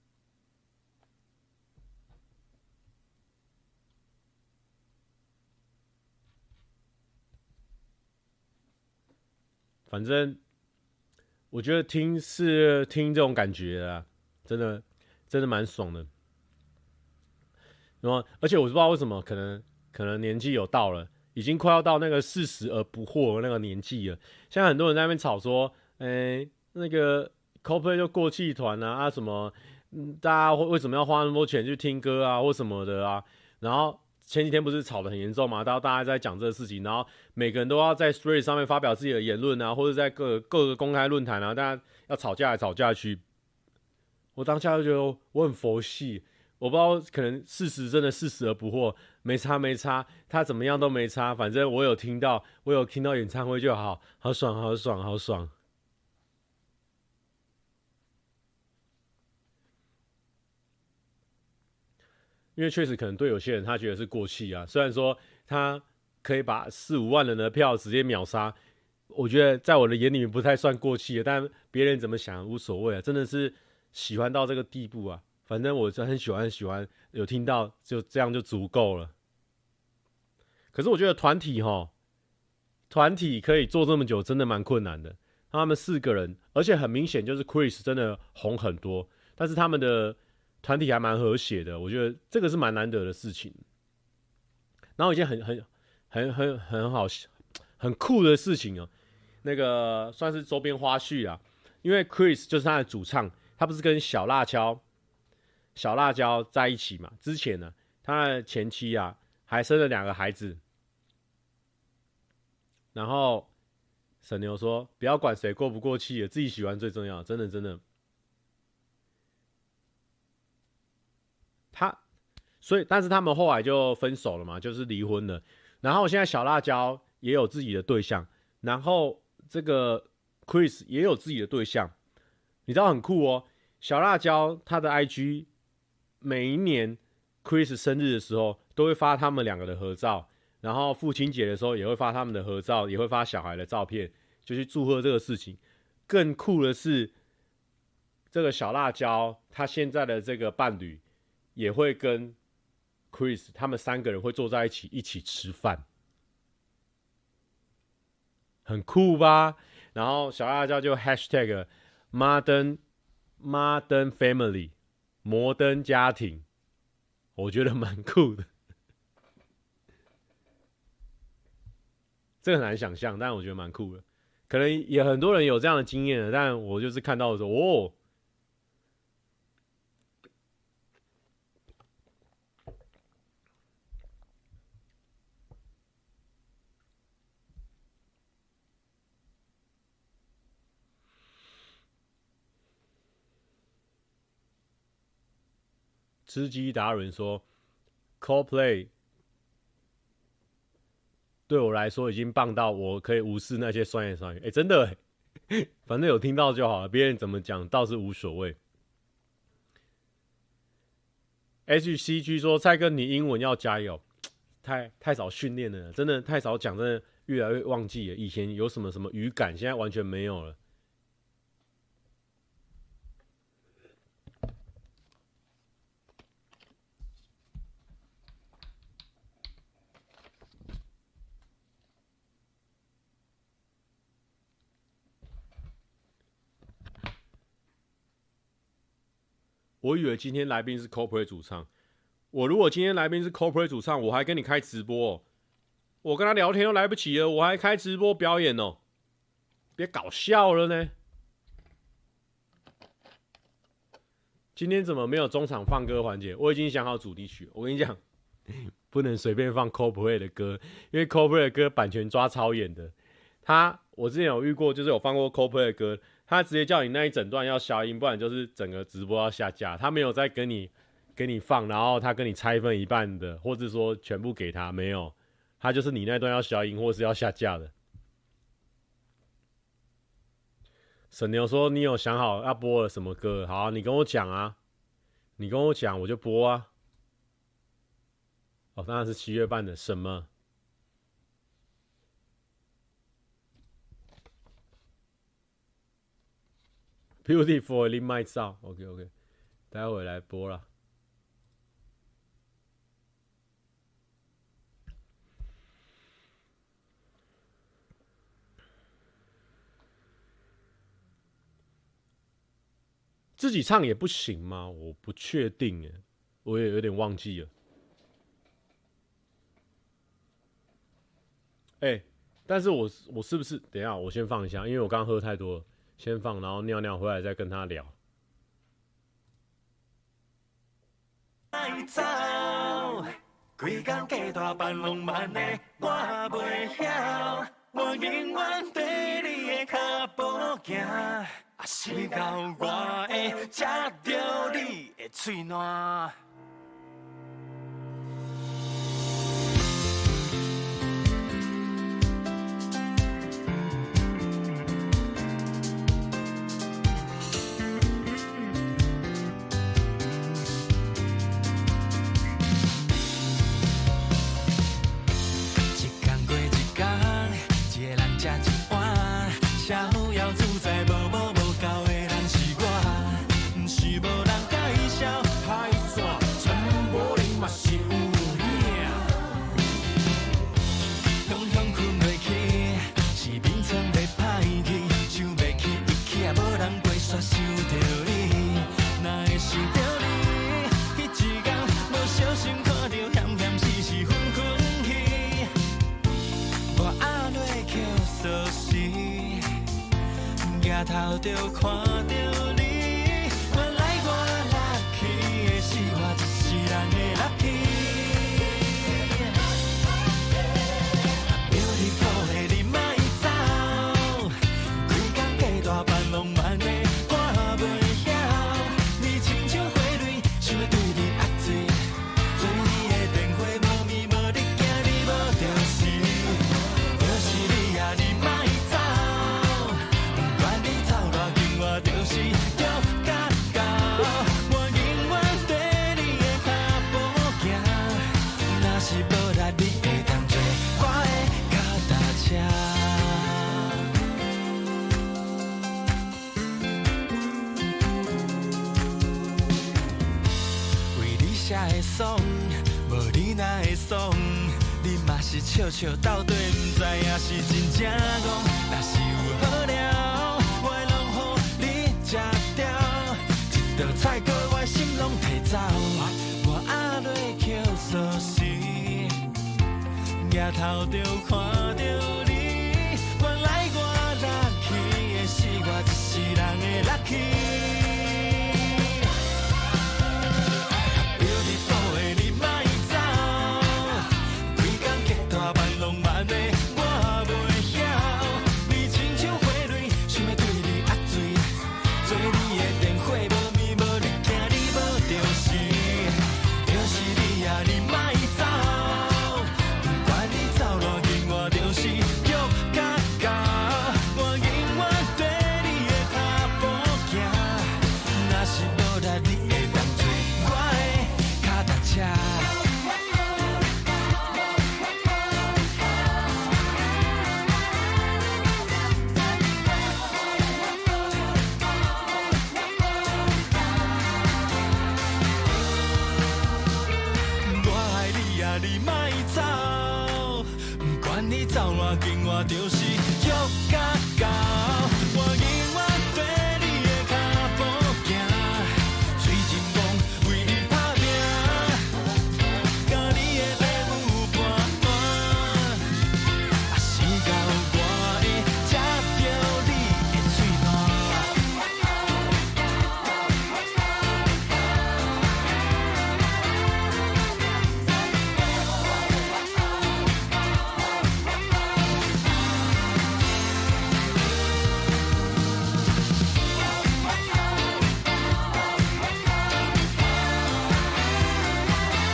反正我觉得听是听这种感觉啊，真的真的蛮爽的。然后，而且我不知道为什么，可能可能年纪有到了，已经快要到那个四十而不惑的那个年纪了。现在很多人在那边吵说，哎、欸，那个 Coldplay 就过气团啊，啊什么，嗯，大家为什么要花那么多钱去听歌啊，或什么的啊？然后前几天不是吵得很严重嘛，大家大家在讲这个事情，然后每个人都要在 Threads 上面发表自己的言论啊，或者在各各个公开论坛啊，大家要吵架来吵架去。我当下就觉得我很佛系，我不知道可能事实真的事实而不惑，没差没差，他怎么样都没差，反正我有听到，我有听到演唱会就好，好爽好爽好爽。因为确实可能对有些人他觉得是过气啊，虽然说他可以把四五万人的票直接秒杀，我觉得在我的眼里面不太算过气的，但别人怎么想无所谓啊，真的是喜欢到这个地步啊，反正我很喜欢很喜欢，有听到就这样就足够了。可是我觉得团体齁，团体可以做这么久真的蛮困难的，他们四个人，而且很明显就是 Chris 真的红很多，但是他们的团体还蛮和谐的，我觉得这个是蛮难得的事情。然后一件很很很很很好很酷的事情哦，那个算是周边花絮啊，因为 Chris 就是他的主唱，他不是跟小辣椒小辣椒在一起嘛？之前呢，他的前妻啊还生了两个孩子，然后沈牛说不要管谁过不过气了，自己喜欢最重要，真的真的。他，所以，但是他们后来就分手了嘛，就是离婚了。然后现在小辣椒也有自己的对象，然后这个 Chris 也有自己的对象，你知道很酷哦。小辣椒他的 I G 每一年 Chris 生日的时候都会发他们两个的合照，然后父亲节的时候也会发他们的合照，也会发小孩的照片，就去祝贺这个事情。更酷的是，这个小辣椒他现在的这个伴侣也会跟 Chris 他们三个人会坐在一起一起吃饭，很酷吧？然后小辣椒就 hashtag modern modern family 摩登家庭，我觉得蛮酷的。这个很难想象，但我觉得蛮酷的。可能也很多人有这样的经验的，但我就是看到的时候，哦。吃鸡达人说 ，Coldplay 对我来说已经棒到我可以无视那些酸言酸语。哎、欸，真的，反正有听到就好了，别人怎么讲倒是无所谓。H C G 说：“蔡哥，你英文要加油，太太少训练了，真的太少讲，真的越来越忘记了。以前有什么什么语感，现在完全没有了。”我以为今天来宾是 Coldplay 主唱，我如果今天来宾是 Coldplay 主唱，我还跟你开直播、哦，我跟他聊天都来不及了，我还开直播表演哦，别搞笑了呢。今天怎么没有中场放歌环节？我已经想好主题曲，我跟你讲，不能随便放 Coldplay 的歌，因为 Coldplay 的歌版权抓超严的。他我之前有遇过，就是有放过 Coldplay 的歌。他直接叫你那一整段要消音，不然就是整个直播要下架。他没有再跟你给你放，然后他跟你拆分一半的，或者说全部给他，没有，他就是你那段要消音或是要下架的。沈牛说：“你有想好要播了什么歌？好啊，你跟我讲啊，你跟我讲，我就播啊。”哦，当然是七月半的什么？Beautiful 林麦照 ，OK OK， 待会来播了。自己唱也不行吗？我不确定耶，我也有点忘记了。哎、欸，但是我我是不是等一下我先放一下，因为我刚喝太多了，先放，然后尿尿回来再跟他聊。 规工加大班拢慢的，我袂晓。我永远对你的脚步行，啊，是到我会食着你的嘴烂。头就看到你，原来我 lucky 的是我一世人的 lucky。Beautiful 的你莫走，规工加大班拢慢的，我袂晓。你亲像花蕊，想要对你压水，做你的电话无咪无你惊你无着死，就是你啊，你莫走。就是要甲到，我永远对你的脚步行。若是无力，你会当做我的脚踏车。为你写的爽，无你哪会爽？你嘛是笑笑斗对，不知影是真正戆。若是有好料。吃掉一道菜，搁我心拢摕走。我压落捡锁匙，抬头就看到你。原来我 lucky 的是我一世人的 lucky。Beautiful 的你莫走，规工加大班拢慢的，我袂晓。你亲像花蕊，想要对你压水。做你的电话无咪无你惊你无着死，就是你啊，你莫走，不管你走偌远，我就是约甲到。我永远对你的脚步行，若是无力，你会当做我的脚踏车。你莫走，不管你走偌近，我就是约甲到。我永远对你的脚步行，水真梦为你打拼，甲你的礼物伴伴，啊是到我会食着你的嘴烂。 耶、yeah ！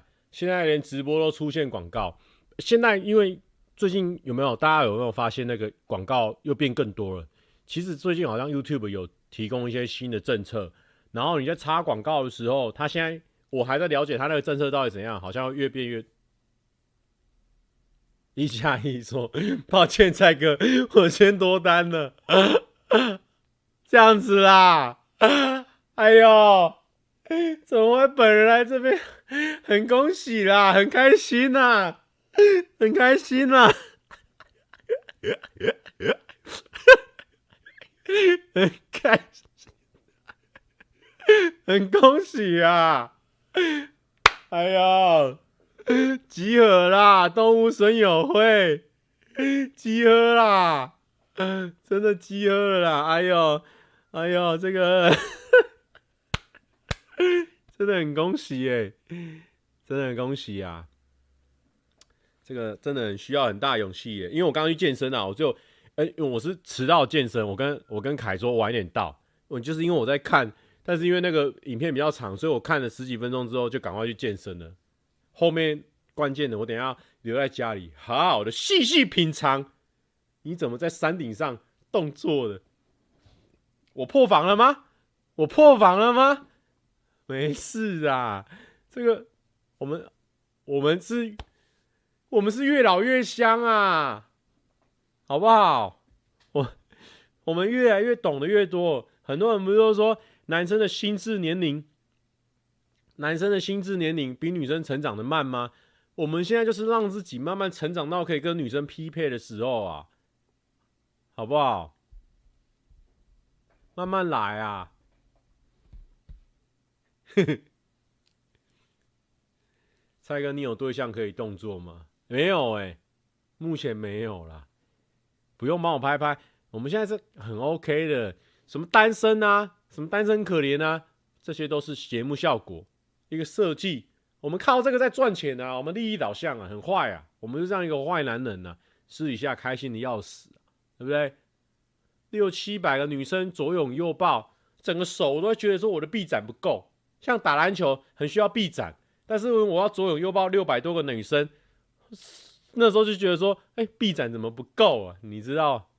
现在连直播都出现广告。现在因为最近有没有大家有没有发现那个广告又变更多了？其实最近好像 YouTube 有提供一些新的政策，然后你在插广告的时候，他现在我还在了解他那个政策到底怎样，好像越变越。一加一说：“抱歉，蔡哥，我先多单了。”这样子啦，哎呦！怎么会本人来这边？很恭喜啦，很开心啦，很开心啦，很开心， 很恭喜啊！哎呀，集合啦，动物损友会，集合啦，真的集合了啦！哎呦，哎呦，这个真的很恭喜耶，真的很恭喜啊！这个真的很需要很大勇气耶，因为我刚刚去健身啊，我就，哎、欸，因为我是迟到健身，我跟我跟凯说晚一点到，我就是因为我在看，但是因为那个影片比较长，所以我看了十几分钟之后就赶快去健身了。后面关键的我等一下留在家里，好好的细细品尝，你怎么在山顶上动作的？我破防了吗？我破防了吗？没事啊，这个我们我们是。我们是越老越香啊，好不好？我我们越来越懂得越多。很多人不是都说男生的心智年龄，男生的心智年龄比女生成长的慢吗？我们现在就是让自己慢慢成长到可以跟女生匹配的时候啊，好不好？慢慢来啊。蔡哥，你有对象可以动作吗？没有哎、欸，目前没有啦，不用帮我拍拍。我们现在是很 OK 的，什么单身啊，什么单身可怜啊，这些都是节目效果，一个设计。我们靠这个在赚钱啊，我们利益导向啊，很坏啊，我们就这样一个坏男人啊，私底下开心的要死、啊，对不对？六七百个女生左拥右抱，整个手我都会觉得说我的臂展不够，像打篮球很需要臂展，但是我要左拥右抱六百多个女生。那时候就觉得说，哎、欸，臂展怎么不够啊？你知道？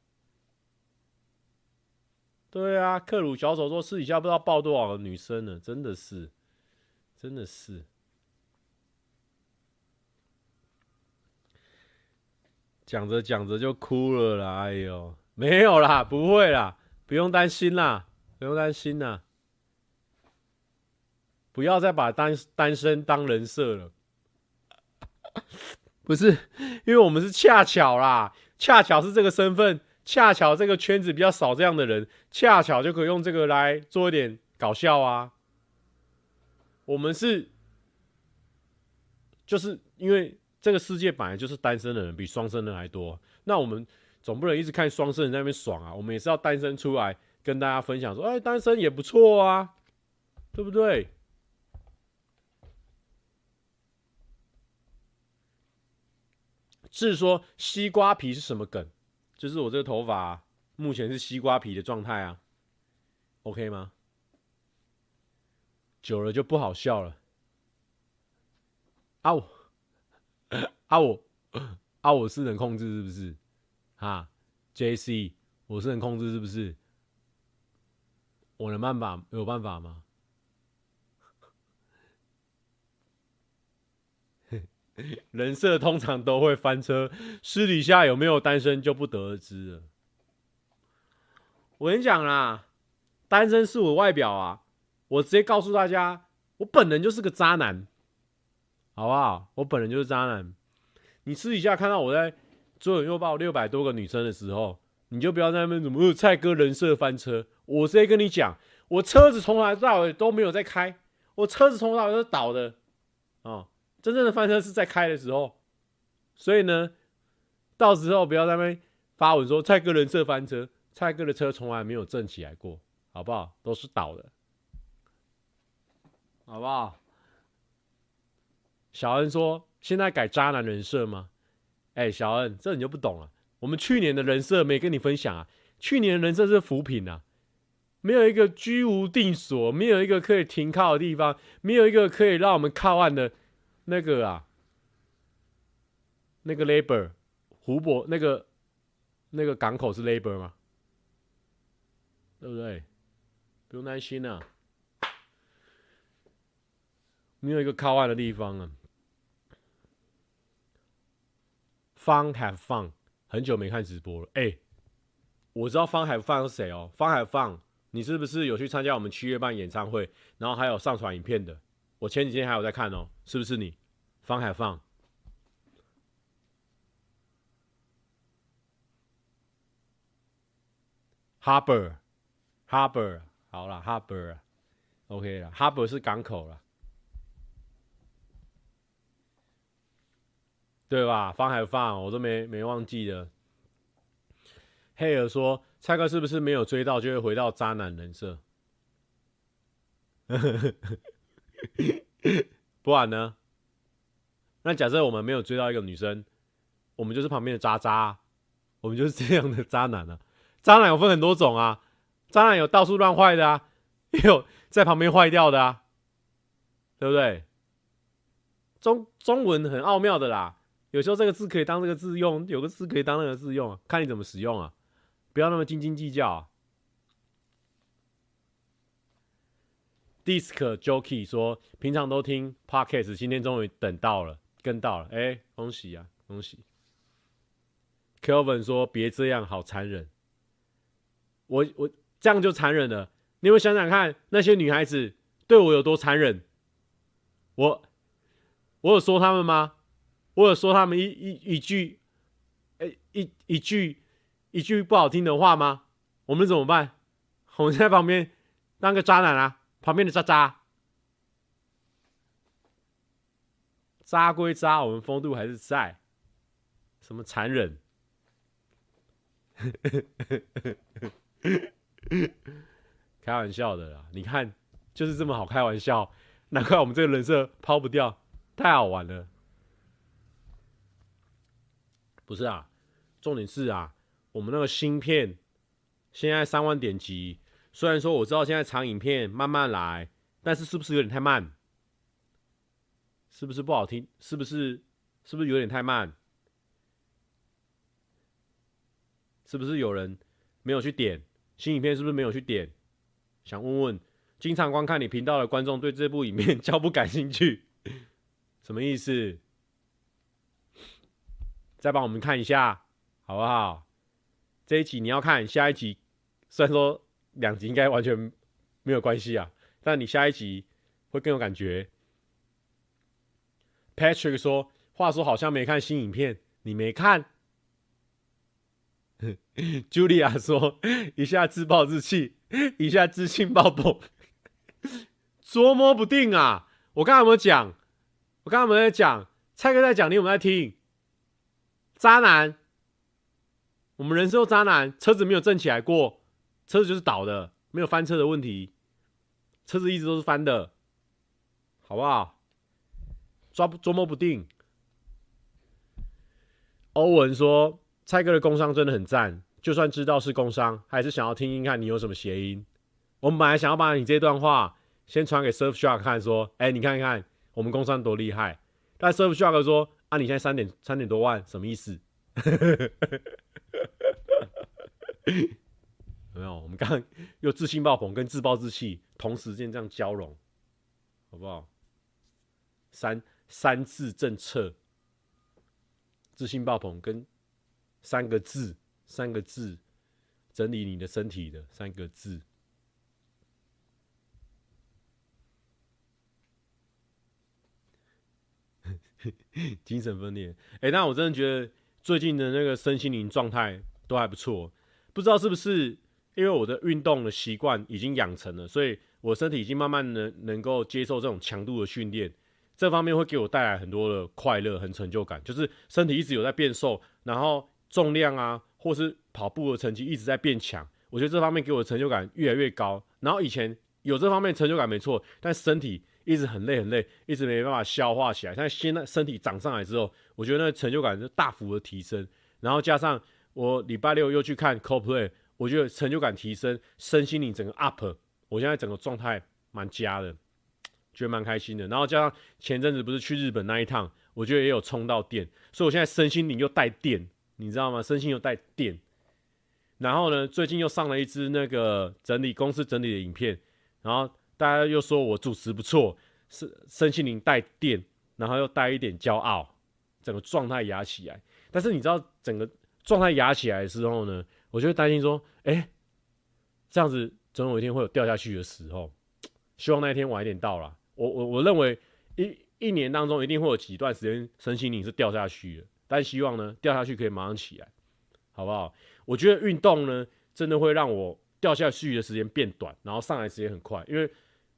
对啊，克鲁小手说私底下不知道抱多少个女生呢，真的是，真的是。讲着讲着就哭了啦，哎呦，没有啦，不会啦，不用担心啦，不用担心啦，不要再把单单身当人设了。不是，因为我们是恰巧啦，恰巧是这个身份，恰巧这个圈子比较少这样的人，恰巧就可以用这个来做一点搞笑啊。我们是，就是因为这个世界本来就是单身的人比双生人还多，那我们总不能一直看双生人在那边爽啊，我们也是要单身出来跟大家分享说，哎，单身也不错啊，对不对？是说西瓜皮是什么梗？就是我这个头发、啊、目前是西瓜皮的状态啊 ，OK 吗？久了就不好笑了。啊我啊我啊我是能控制是不是？哈 ，J C 我是能控制是不是？我能办法有办法吗？人设通常都会翻车，私底下有没有单身就不得而知了。我跟你讲啦，单身是我外表啊，我直接告诉大家，我本人就是个渣男，好不好？我本人就是渣男。你私底下看到我在左拥右抱六百多个女生的时候，你就不要在那边怎么蔡哥人设翻车。我直接跟你讲，我车子从来到尾都没有在开，我车子从头到尾都是倒的，哦。真正的翻车是在开的时候，所以呢，到时候不要在那边发文说蔡哥人设翻车，蔡哥的车从来没有正起来过，好不好？都是倒的，好不好？小恩说现在改渣男人设吗？哎、欸，小恩，这你就不懂了。我们去年的人设没跟你分享啊，去年的人设是浮萍啊，没有一个居无定所，没有一个可以停靠的地方，没有一个可以让我们靠岸的。那个啊，那个 labor 湖泊那个那个港口是 labor 吗？对不对？不用担心啊，没有一个靠岸的地方啊。Fun have fun， 很久没看直播了。哎、欸，我知道 Fun have fun 是谁哦。Fun have fun， 你是不是有去参加我们七月半演唱会，然后还有上传影片的？我前几天还有在看哦，是不是你？Fun have fun。Harbor，Harbor， 好啦 Harbor， OK 啦 ，Harbor 是港口啦，对吧？放还放，我都没没忘记的。黑尔说，蔡哥是不是没有追到就会回到渣男人设？不然呢？那假设我们没有追到一个女生，我们就是旁边的渣渣、啊，我们就是这样的渣男啊。渣男有分很多种啊，渣男有到处乱坏的啊，也有在旁边坏掉的啊，对不对？中中文很奥妙的啦，有时候这个字可以当这个字用，有个字可以当那个字用、啊，看你怎么使用啊，不要那么斤斤计较啊。Disc Jockey 说，平常都听 Podcast， 今天终于等到了，跟到了，哎、欸，恭喜啊，恭喜。Kelvin 说，别这样，好残忍。我我这样就残忍了，你有没有想想看，那些女孩子对我有多残忍？我我有说他们吗？我有说他们一一一句，欸、一一句一句不好听的话吗？我们怎么办？我们在旁边当个渣男啊，旁边的渣渣，渣归渣，我们风度还是在。什么残忍？开玩笑的啦，你看，就是这么好开玩笑，难怪我们这个人设抛不掉，太好玩了。不是啊，重点是啊，我们那个芯片现在三万点击，虽然说我知道现在长影片慢慢来，但是是不是有点太慢？是不是不好听？是不是是不是有点太慢？是不是有人没有去点新影片？是不是没有去点？想问问，经常观看你频道的观众对这部影片较不感兴趣，什么意思？再帮我们看一下，好不好？这一集你要看，下一集虽然说两集应该完全没有关系啊，但你下一集会更有感觉。Patrick 说：“话说好像没看新影片，你没看？” Julia 说：“一下自暴自弃，一下自信爆棚，捉摸不定啊！”我刚才有没有讲？我刚才有没有在讲？蔡哥在讲，你有没有在听？渣男，我们人设渣男，车子没有正起来过，车子就是倒的，没有翻车的问题，车子一直都是翻的，好不好？抓捉摸不定。欧文说：“蔡哥的工商真的很赞，就算知道是工商，还是想要听听看你有什么谐音。”我们本来想要把你这段话先传给 Surfshark 看，说：“哎、欸，你看看我们工商多厉害。”但 Surfshark 说：“啊，你现在三点三点多万，什么意思？”有没有？我们刚刚又自信爆棚跟自暴自弃同时间这样交融，好不好？三三字政策，自信爆棚跟三个字，三个字整理你的身体的三个字。精神分裂，哎、欸，但我真的觉得最近的那个身心灵状态都还不错，不知道是不是因为我的运动的习惯已经养成了，所以我身体已经慢慢能能够接受这种强度的训练，这方面会给我带来很多的快乐和成就感，就是身体一直有在变瘦，然后重量啊，或是跑步的成绩一直在变强，我觉得这方面给我的成就感越来越高。然后以前有这方面成就感没错，但身体一直很累很累，一直没办法消化起来。但现在身体长上来之后，我觉得那成就感就大幅的提升。然后加上我礼拜六又去看 Coldplay， 我觉得成就感提升，身心灵整个 up， 我现在整个状态蛮佳的，觉得蛮开心的。然后加上前阵子不是去日本那一趟，我觉得也有充到电，所以我现在身心灵又带电，你知道吗？身心又带电。然后呢，最近又上了一支那个整理公司整理的影片，然后大家又说我主持不错，身心灵带电，然后又带一点骄傲，整个状态压起来。但是你知道，整个状态压起来的时候呢，我就会担心说，哎、欸，这样子总有一天会有掉下去的时候。希望那一天晚一点到啦。我我我认为一一年当中一定会有几段时间身心灵是掉下去的，但希望呢掉下去可以马上起来，好不好？我觉得运动呢，真的会让我掉下去的时间变短，然后上来时间很快。因为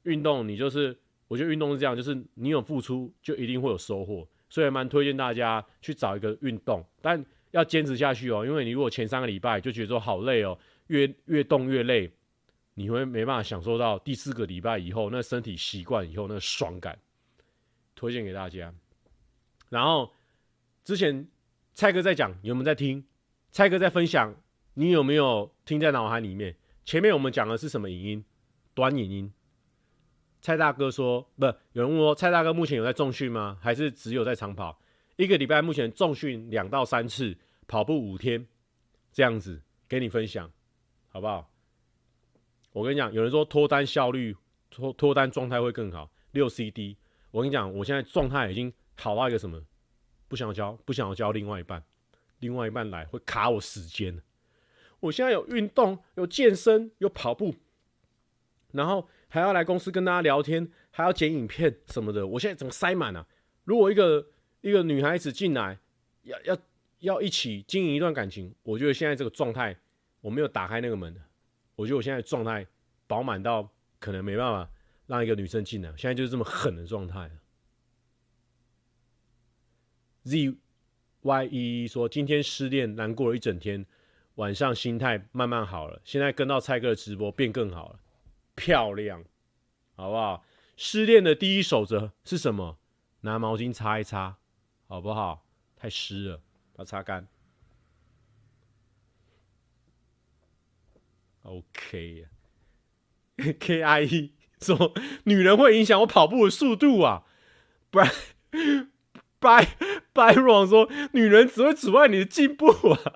运动你就是，我觉得运动是这样，就是你有付出就一定会有收获，所以蛮推荐大家去找一个运动，但要坚持下去哦，因为你如果前三个礼拜就觉得说好累哦，越越动越累，你会没办法享受到第四个礼拜以后那身体习惯以后那个爽感，推荐给大家。然后之前蔡哥在讲，有没有在听？蔡哥在分享，你有没有听在脑海里面？前面我们讲的是什么影音？短影音。蔡大哥说，不，有人问我，蔡大哥目前有在重训吗？还是只有在长跑？一个礼拜目前重训两到三次，跑步五天，这样子给你分享，好不好？我跟你讲，有人说脱单效率、脱脱单状态会更好，六 C D。我跟你讲，我现在状态已经好到一个什么？不想要交，不想要交另外一半，另外一半来会卡我时间。我现在有运动，有健身，有跑步，然后还要来公司跟大家聊天，还要剪影片什么的，我现在整个塞满了。如果一个一个女孩子进来，要要要一起经营一段感情，我觉得现在这个状态，我没有打开那个门，我觉得我现在状态饱满到可能没办法让一个女生进来，现在就是这么狠的状态。Z Y E 说今天失恋难过了一整天，晚上心态慢慢好了，现在跟到蔡哥的直播变更好了，漂亮，好不好？失恋的第一守则是什么？拿毛巾擦一擦，好不好？太湿了，把它擦干。OK 啊 ，K I E 说女人会影响我跑步的速度啊，不然。白白软说：“女人只会阻碍你的进步啊！”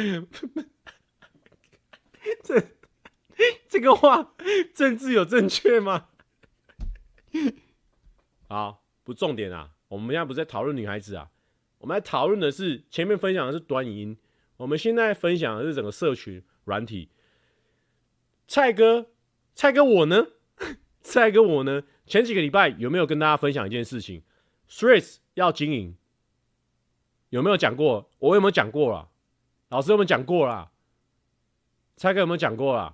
这这个话政治有正确吗？好，不重点啊。我们现在不是在讨论女孩子啊，我们在讨论的是前面分享的是短影音，我们现在分享的是整个社群软体。蔡哥，蔡哥我呢？蔡哥我呢？前几个礼拜有没有跟大家分享一件事情 ？Threads 要经营，有没有讲过？我有没有讲过啦？老师有没有讲过啦？蔡哥有没有讲过啦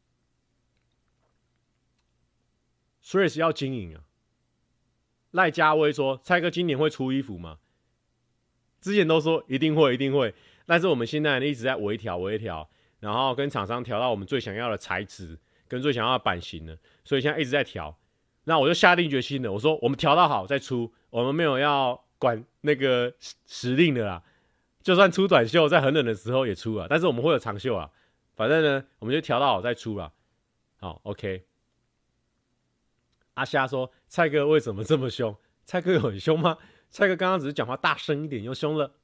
？Threads 要经营啊！赖家威说：“蔡哥今年会出衣服吗？”之前都说一定会，一定会，但是我们现在一直在微调、微调，然后跟厂商调到我们最想要的材质跟最想要的版型了，所以现在一直在调。那我就下定决心了，我说我们调到好再出，我们没有要管那个时令的啦，就算出短袖，在很冷的时候也出啊，但是我们会有长袖啊，反正呢，我们就调到好再出啦。好 ，OK。阿虾说：“蔡哥为什么这么凶？蔡哥有很凶吗？蔡哥刚刚只是讲话大声一点，又凶了。”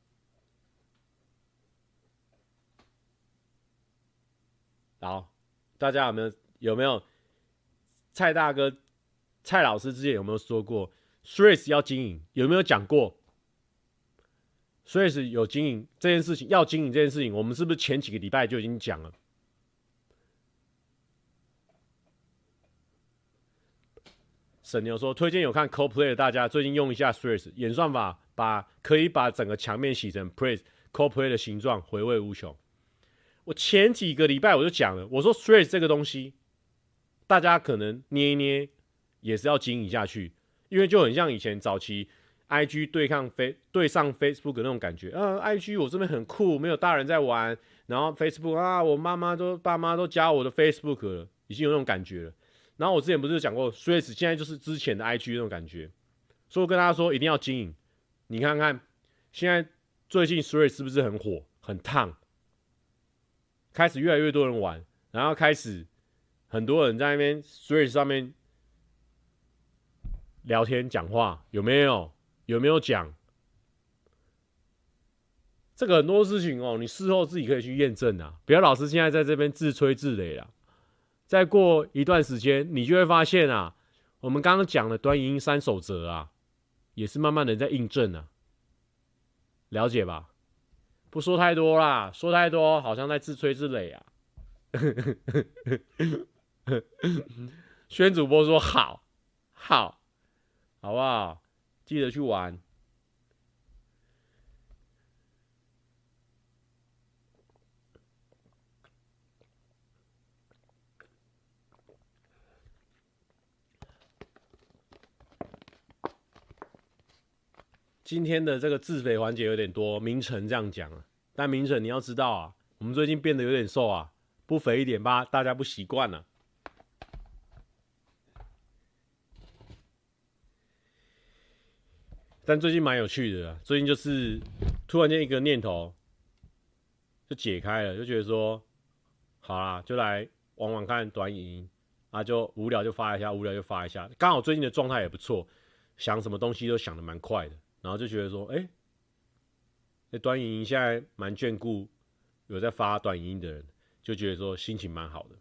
好，大家有没有有没有蔡大哥、蔡老师之前有没有说过 Threads 要经营？有没有讲过 Threads 有经营这件事情？要经营这件事情，我们是不是前几个礼拜就已经讲了？沈牛说：“推荐有看 Coldplay 的大家最近用一下 Threads 演算法，把可以把整个墙面洗成 Play Coldplay 的形状，回味无穷。”我前几个礼拜我就讲了，我说 Threads 这个东西，大家可能捏一捏也是要经营下去，因为就很像以前早期 I G 对抗飞对上 Facebook 的那种感觉。啊 ，I G 我这边很酷，没有大人在玩，然后 Facebook 啊，我妈妈都爸妈都加我的 Facebook 了，已经有那种感觉了。然后我之前不是讲过 Threads 现在就是之前的 I G 那种感觉，所以我跟大家说一定要经营。你看看现在最近 Threads 是不是很火、很烫？开始越来越多人玩，然后开始很多人在那边 Threads 上面聊天讲话，有没有？有没有讲？这个很多事情哦，你事后自己可以去验证啊，不要老是现在在这边自吹自擂啦。再过一段时间，你就会发现啊，我们刚刚讲的短影音三守则啊，也是慢慢的在印证啊，了解吧？不说太多啦，说太多好像在自吹自擂啊。宣主播说好，好，好不好？记得去玩。 今天的这个自肥环节有点多，明成这样讲啊，但明成你要知道啊，我们最近变得有点瘦啊，不肥一点吧，大家不习惯了。但最近蛮有趣的、啊，最近就是突然间一个念头就解开了，就觉得说，好啦，就来玩玩看短影音啊，就无聊就发一下，无聊就发一下。刚好最近的状态也不错，想什么东西都想得蛮快的，然后就觉得说，哎、欸，那短影音现在蛮眷顾有在发短影音的人，就觉得说心情蛮好的。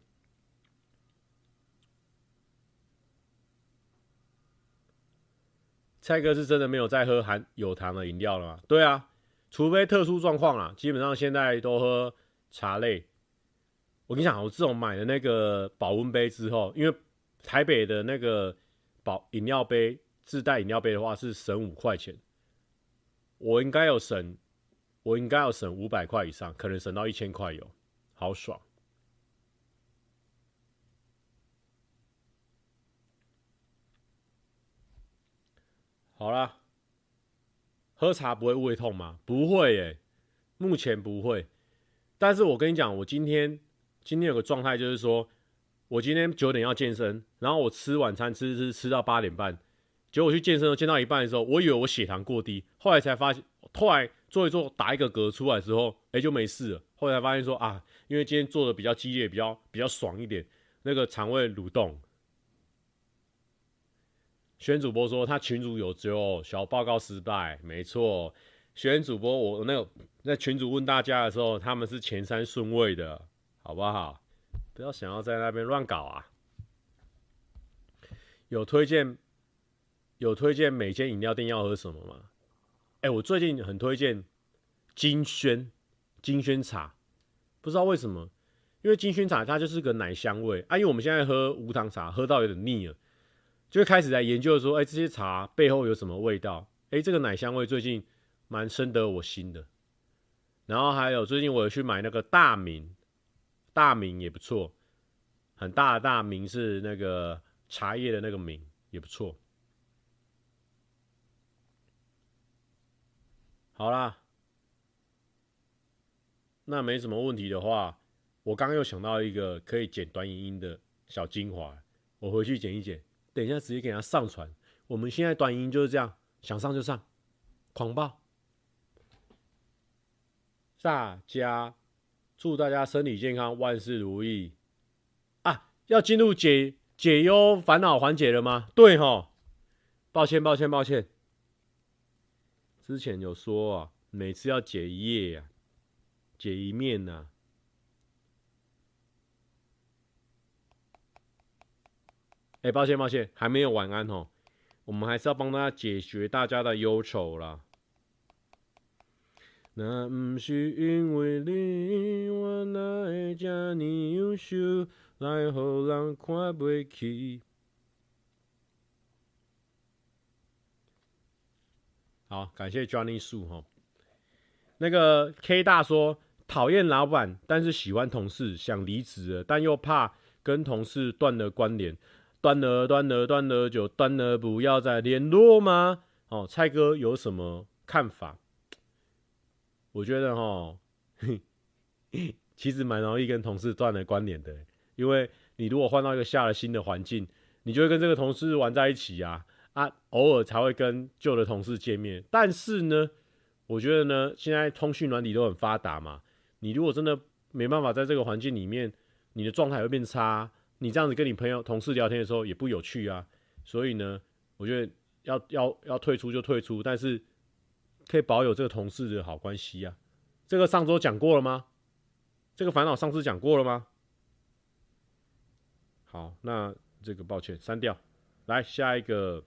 蔡哥是真的没有在喝含有糖的饮料了吗？对啊，除非特殊状况啦，基本上现在都喝茶类。我跟你讲，我自从买了那个保温杯之后，因为台北的那个保饮料杯自带饮料杯的话是省五块钱，我应该有省，我应该有省五百块以上，可能省到一千块有，好爽。好啦，喝茶不会胃痛吗？不会耶、欸，目前不会。但是我跟你讲，我今天今天有个状态就是说，我今天九点要健身，然后我吃晚餐吃吃吃到八点半，结果我去健身，健到一半的时候，我以为我血糖过低，后来才发现，后来做一做打一个嗝出来之后，哎、欸、就没事了。后来才发现说啊，因为今天做的比较激烈，比较比较爽一点，那个肠胃蠕动。轩主播说他群主有揪，小报告失败，没错。轩主播我那个在群主问大家的时候，他们是前三顺位的，好不好？不要想要在那边乱搞啊！有推荐有推荐每间饮料店要喝什么吗？哎、欸，我最近很推荐金萱金萱茶，不知道为什么，因为金萱茶它就是个奶香味啊，因为我们现在喝无糖茶喝到有点腻了。就会开始来研究说，哎、欸，这些茶背后有什么味道？哎、欸，这个奶香味最近蛮深得我心的。然后还有最近我有去买那个大名，大名也不错，很大的大名是那个茶叶的那个名也不错。好啦，那没什么问题的话，我刚刚又想到一个可以剪短影音的小精华，我回去剪一剪。等一下直接给他上传。我们现在短音就是这样，想上就上，狂爆！大家祝大家身体健康，万事如意啊！要进入解解忧烦恼环节了吗？对齁，抱歉抱歉抱歉，之前有说啊，每次要解一页啊，解一面啊。哎、欸，抱歉抱歉，还没有晚安哦。我们还是要帮大家解决大家的忧愁啦。那不是因为你，我哪会这么优秀，来让人看不起。好，感谢 Johnny 树哈。那个 K 大说，讨厌老板，但是喜欢同事，想离职了，但又怕跟同事断了关联。断了，断了，断了就断了，不要再联络吗？哦，蔡哥有什么看法？我觉得哈，其实蛮容易跟同事断了关联的，因为你如果换到一个下了新的环境，你就会跟这个同事玩在一起啊啊，偶尔才会跟旧的同事见面。但是呢，我觉得呢，现在通讯软体都很发达嘛，你如果真的没办法在这个环境里面，你的状态会变差。你这样子跟你朋友、同事聊天的时候也不有趣啊，所以呢，我觉得要要要退出就退出，但是可以保有这个同事的好关系啊。这个上周讲过了吗？这个烦恼上次讲过了吗？好，那这个抱歉删掉。来下一个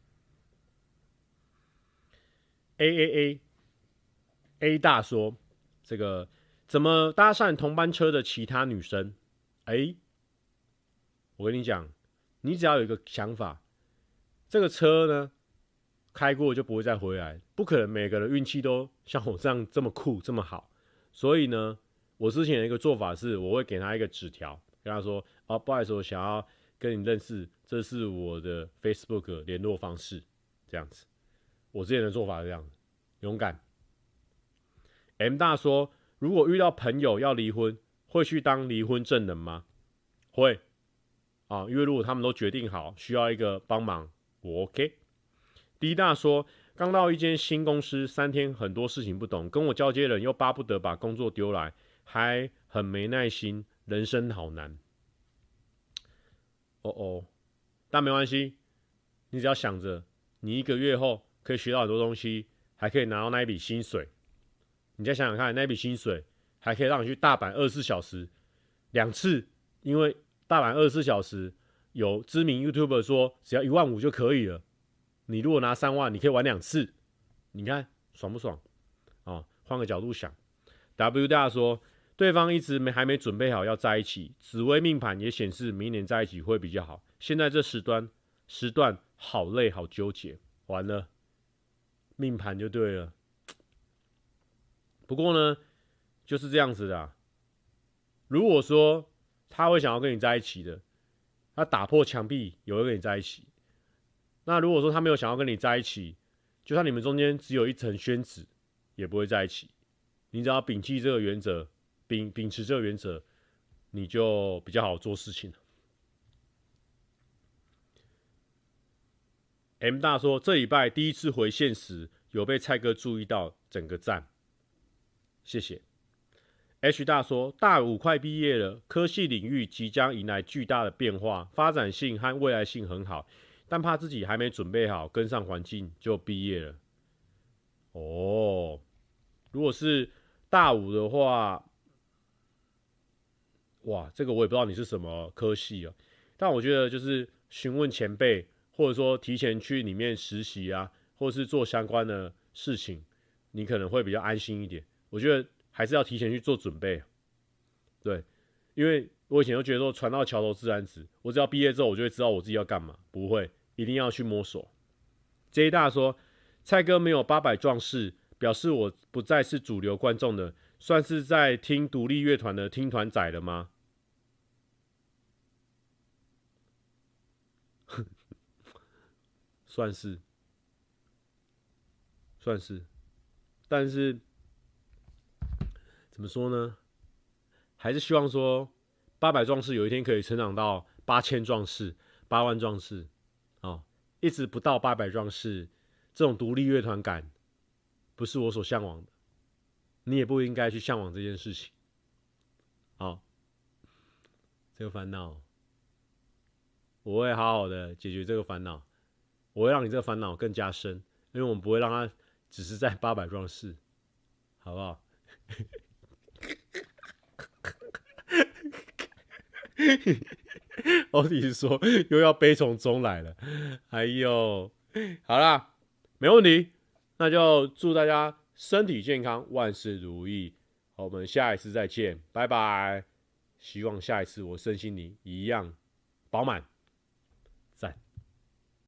A A A A 大说，这个怎么搭讪同班车的其他女生？哎、欸。我跟你讲，你只要有一个想法，这个车呢开过就不会再回来，不可能每个人运气都像我这样这么酷这么好。所以呢，我之前的一个做法是，我会给他一个纸条，跟他说：“哦，不好意思，我想要跟你认识，这是我的 Facebook 联络方式。”这样子，我之前的做法是这样， 勇敢。M 大说，如果遇到朋友要离婚，会去当离婚证人吗？会啊，因为如果他们都决定好需要一个帮忙，我 OK。D 大说，刚到一间新公司，三天很多事情不懂，跟我交接人又巴不得把工作丢来，还很没耐心，人生好难。哦哦，但没关系，你只要想着，你一个月后可以学到很多东西，还可以拿到那一笔薪水。你再想想看，那笔薪水还可以让你去大阪二十四小时两次，因为大阪二十四小时有知名 YouTuber 说只要一万五就可以了。你如果拿三万，你可以玩两次，你看爽不爽？哦，换个角度想 ，W 大说对方一直没还没准备好要在一起，紫微命盘也显示明年在一起会比较好。现在这时段时段好累好纠结，完了，命盘就对了。不过呢，就是这样子的、啊。如果说他会想要跟你在一起的，他打破墙壁也会跟你在一起。那如果说他没有想要跟你在一起，就算你们中间只有一层宣纸，也不会在一起。你只要摒弃这个原则，秉秉持这个原则，你就比较好做事情了。M 大说，这礼拜第一次回现时，有被蔡哥注意到，整个赞。谢谢。H 大说，大五快毕业了，科系领域即将迎来巨大的变化，发展性和未来性很好，但怕自己还没准备好跟上环境就毕业了。哦，如果是大五的话，哇，这个我也不知道你是什么科系啊，但我觉得就是询问前辈，或者说提前去里面实习啊，或者是做相关的事情，你可能会比较安心一点。我觉得还是要提前去做准备，对，因为我以前都觉得说船到桥头自然直，我只要毕业之后我就会知道我自己要干嘛，不会，一定要去摸索。J 大说，蔡哥没有八百壮士，表示我不再是主流观众的，算是在听独立乐团的听团仔了吗？算是，算是，但是怎么说呢？还是希望说八百壮士有一天可以成长到八千壮士、八万壮士，哦，一直不到八百壮士，这种独立乐团感不是我所向往的，你也不应该去向往这件事情。好，这个烦恼，我会好好的解决这个烦恼，我会让你这个烦恼更加深，因为我们不会让它只是在八百壮士，好不好？欧弟说又要悲从中来了，哎呦，好啦，没问题，那就祝大家身体健康，万事如意。我们下一次再见，拜拜。希望下一次我身心灵一样饱满。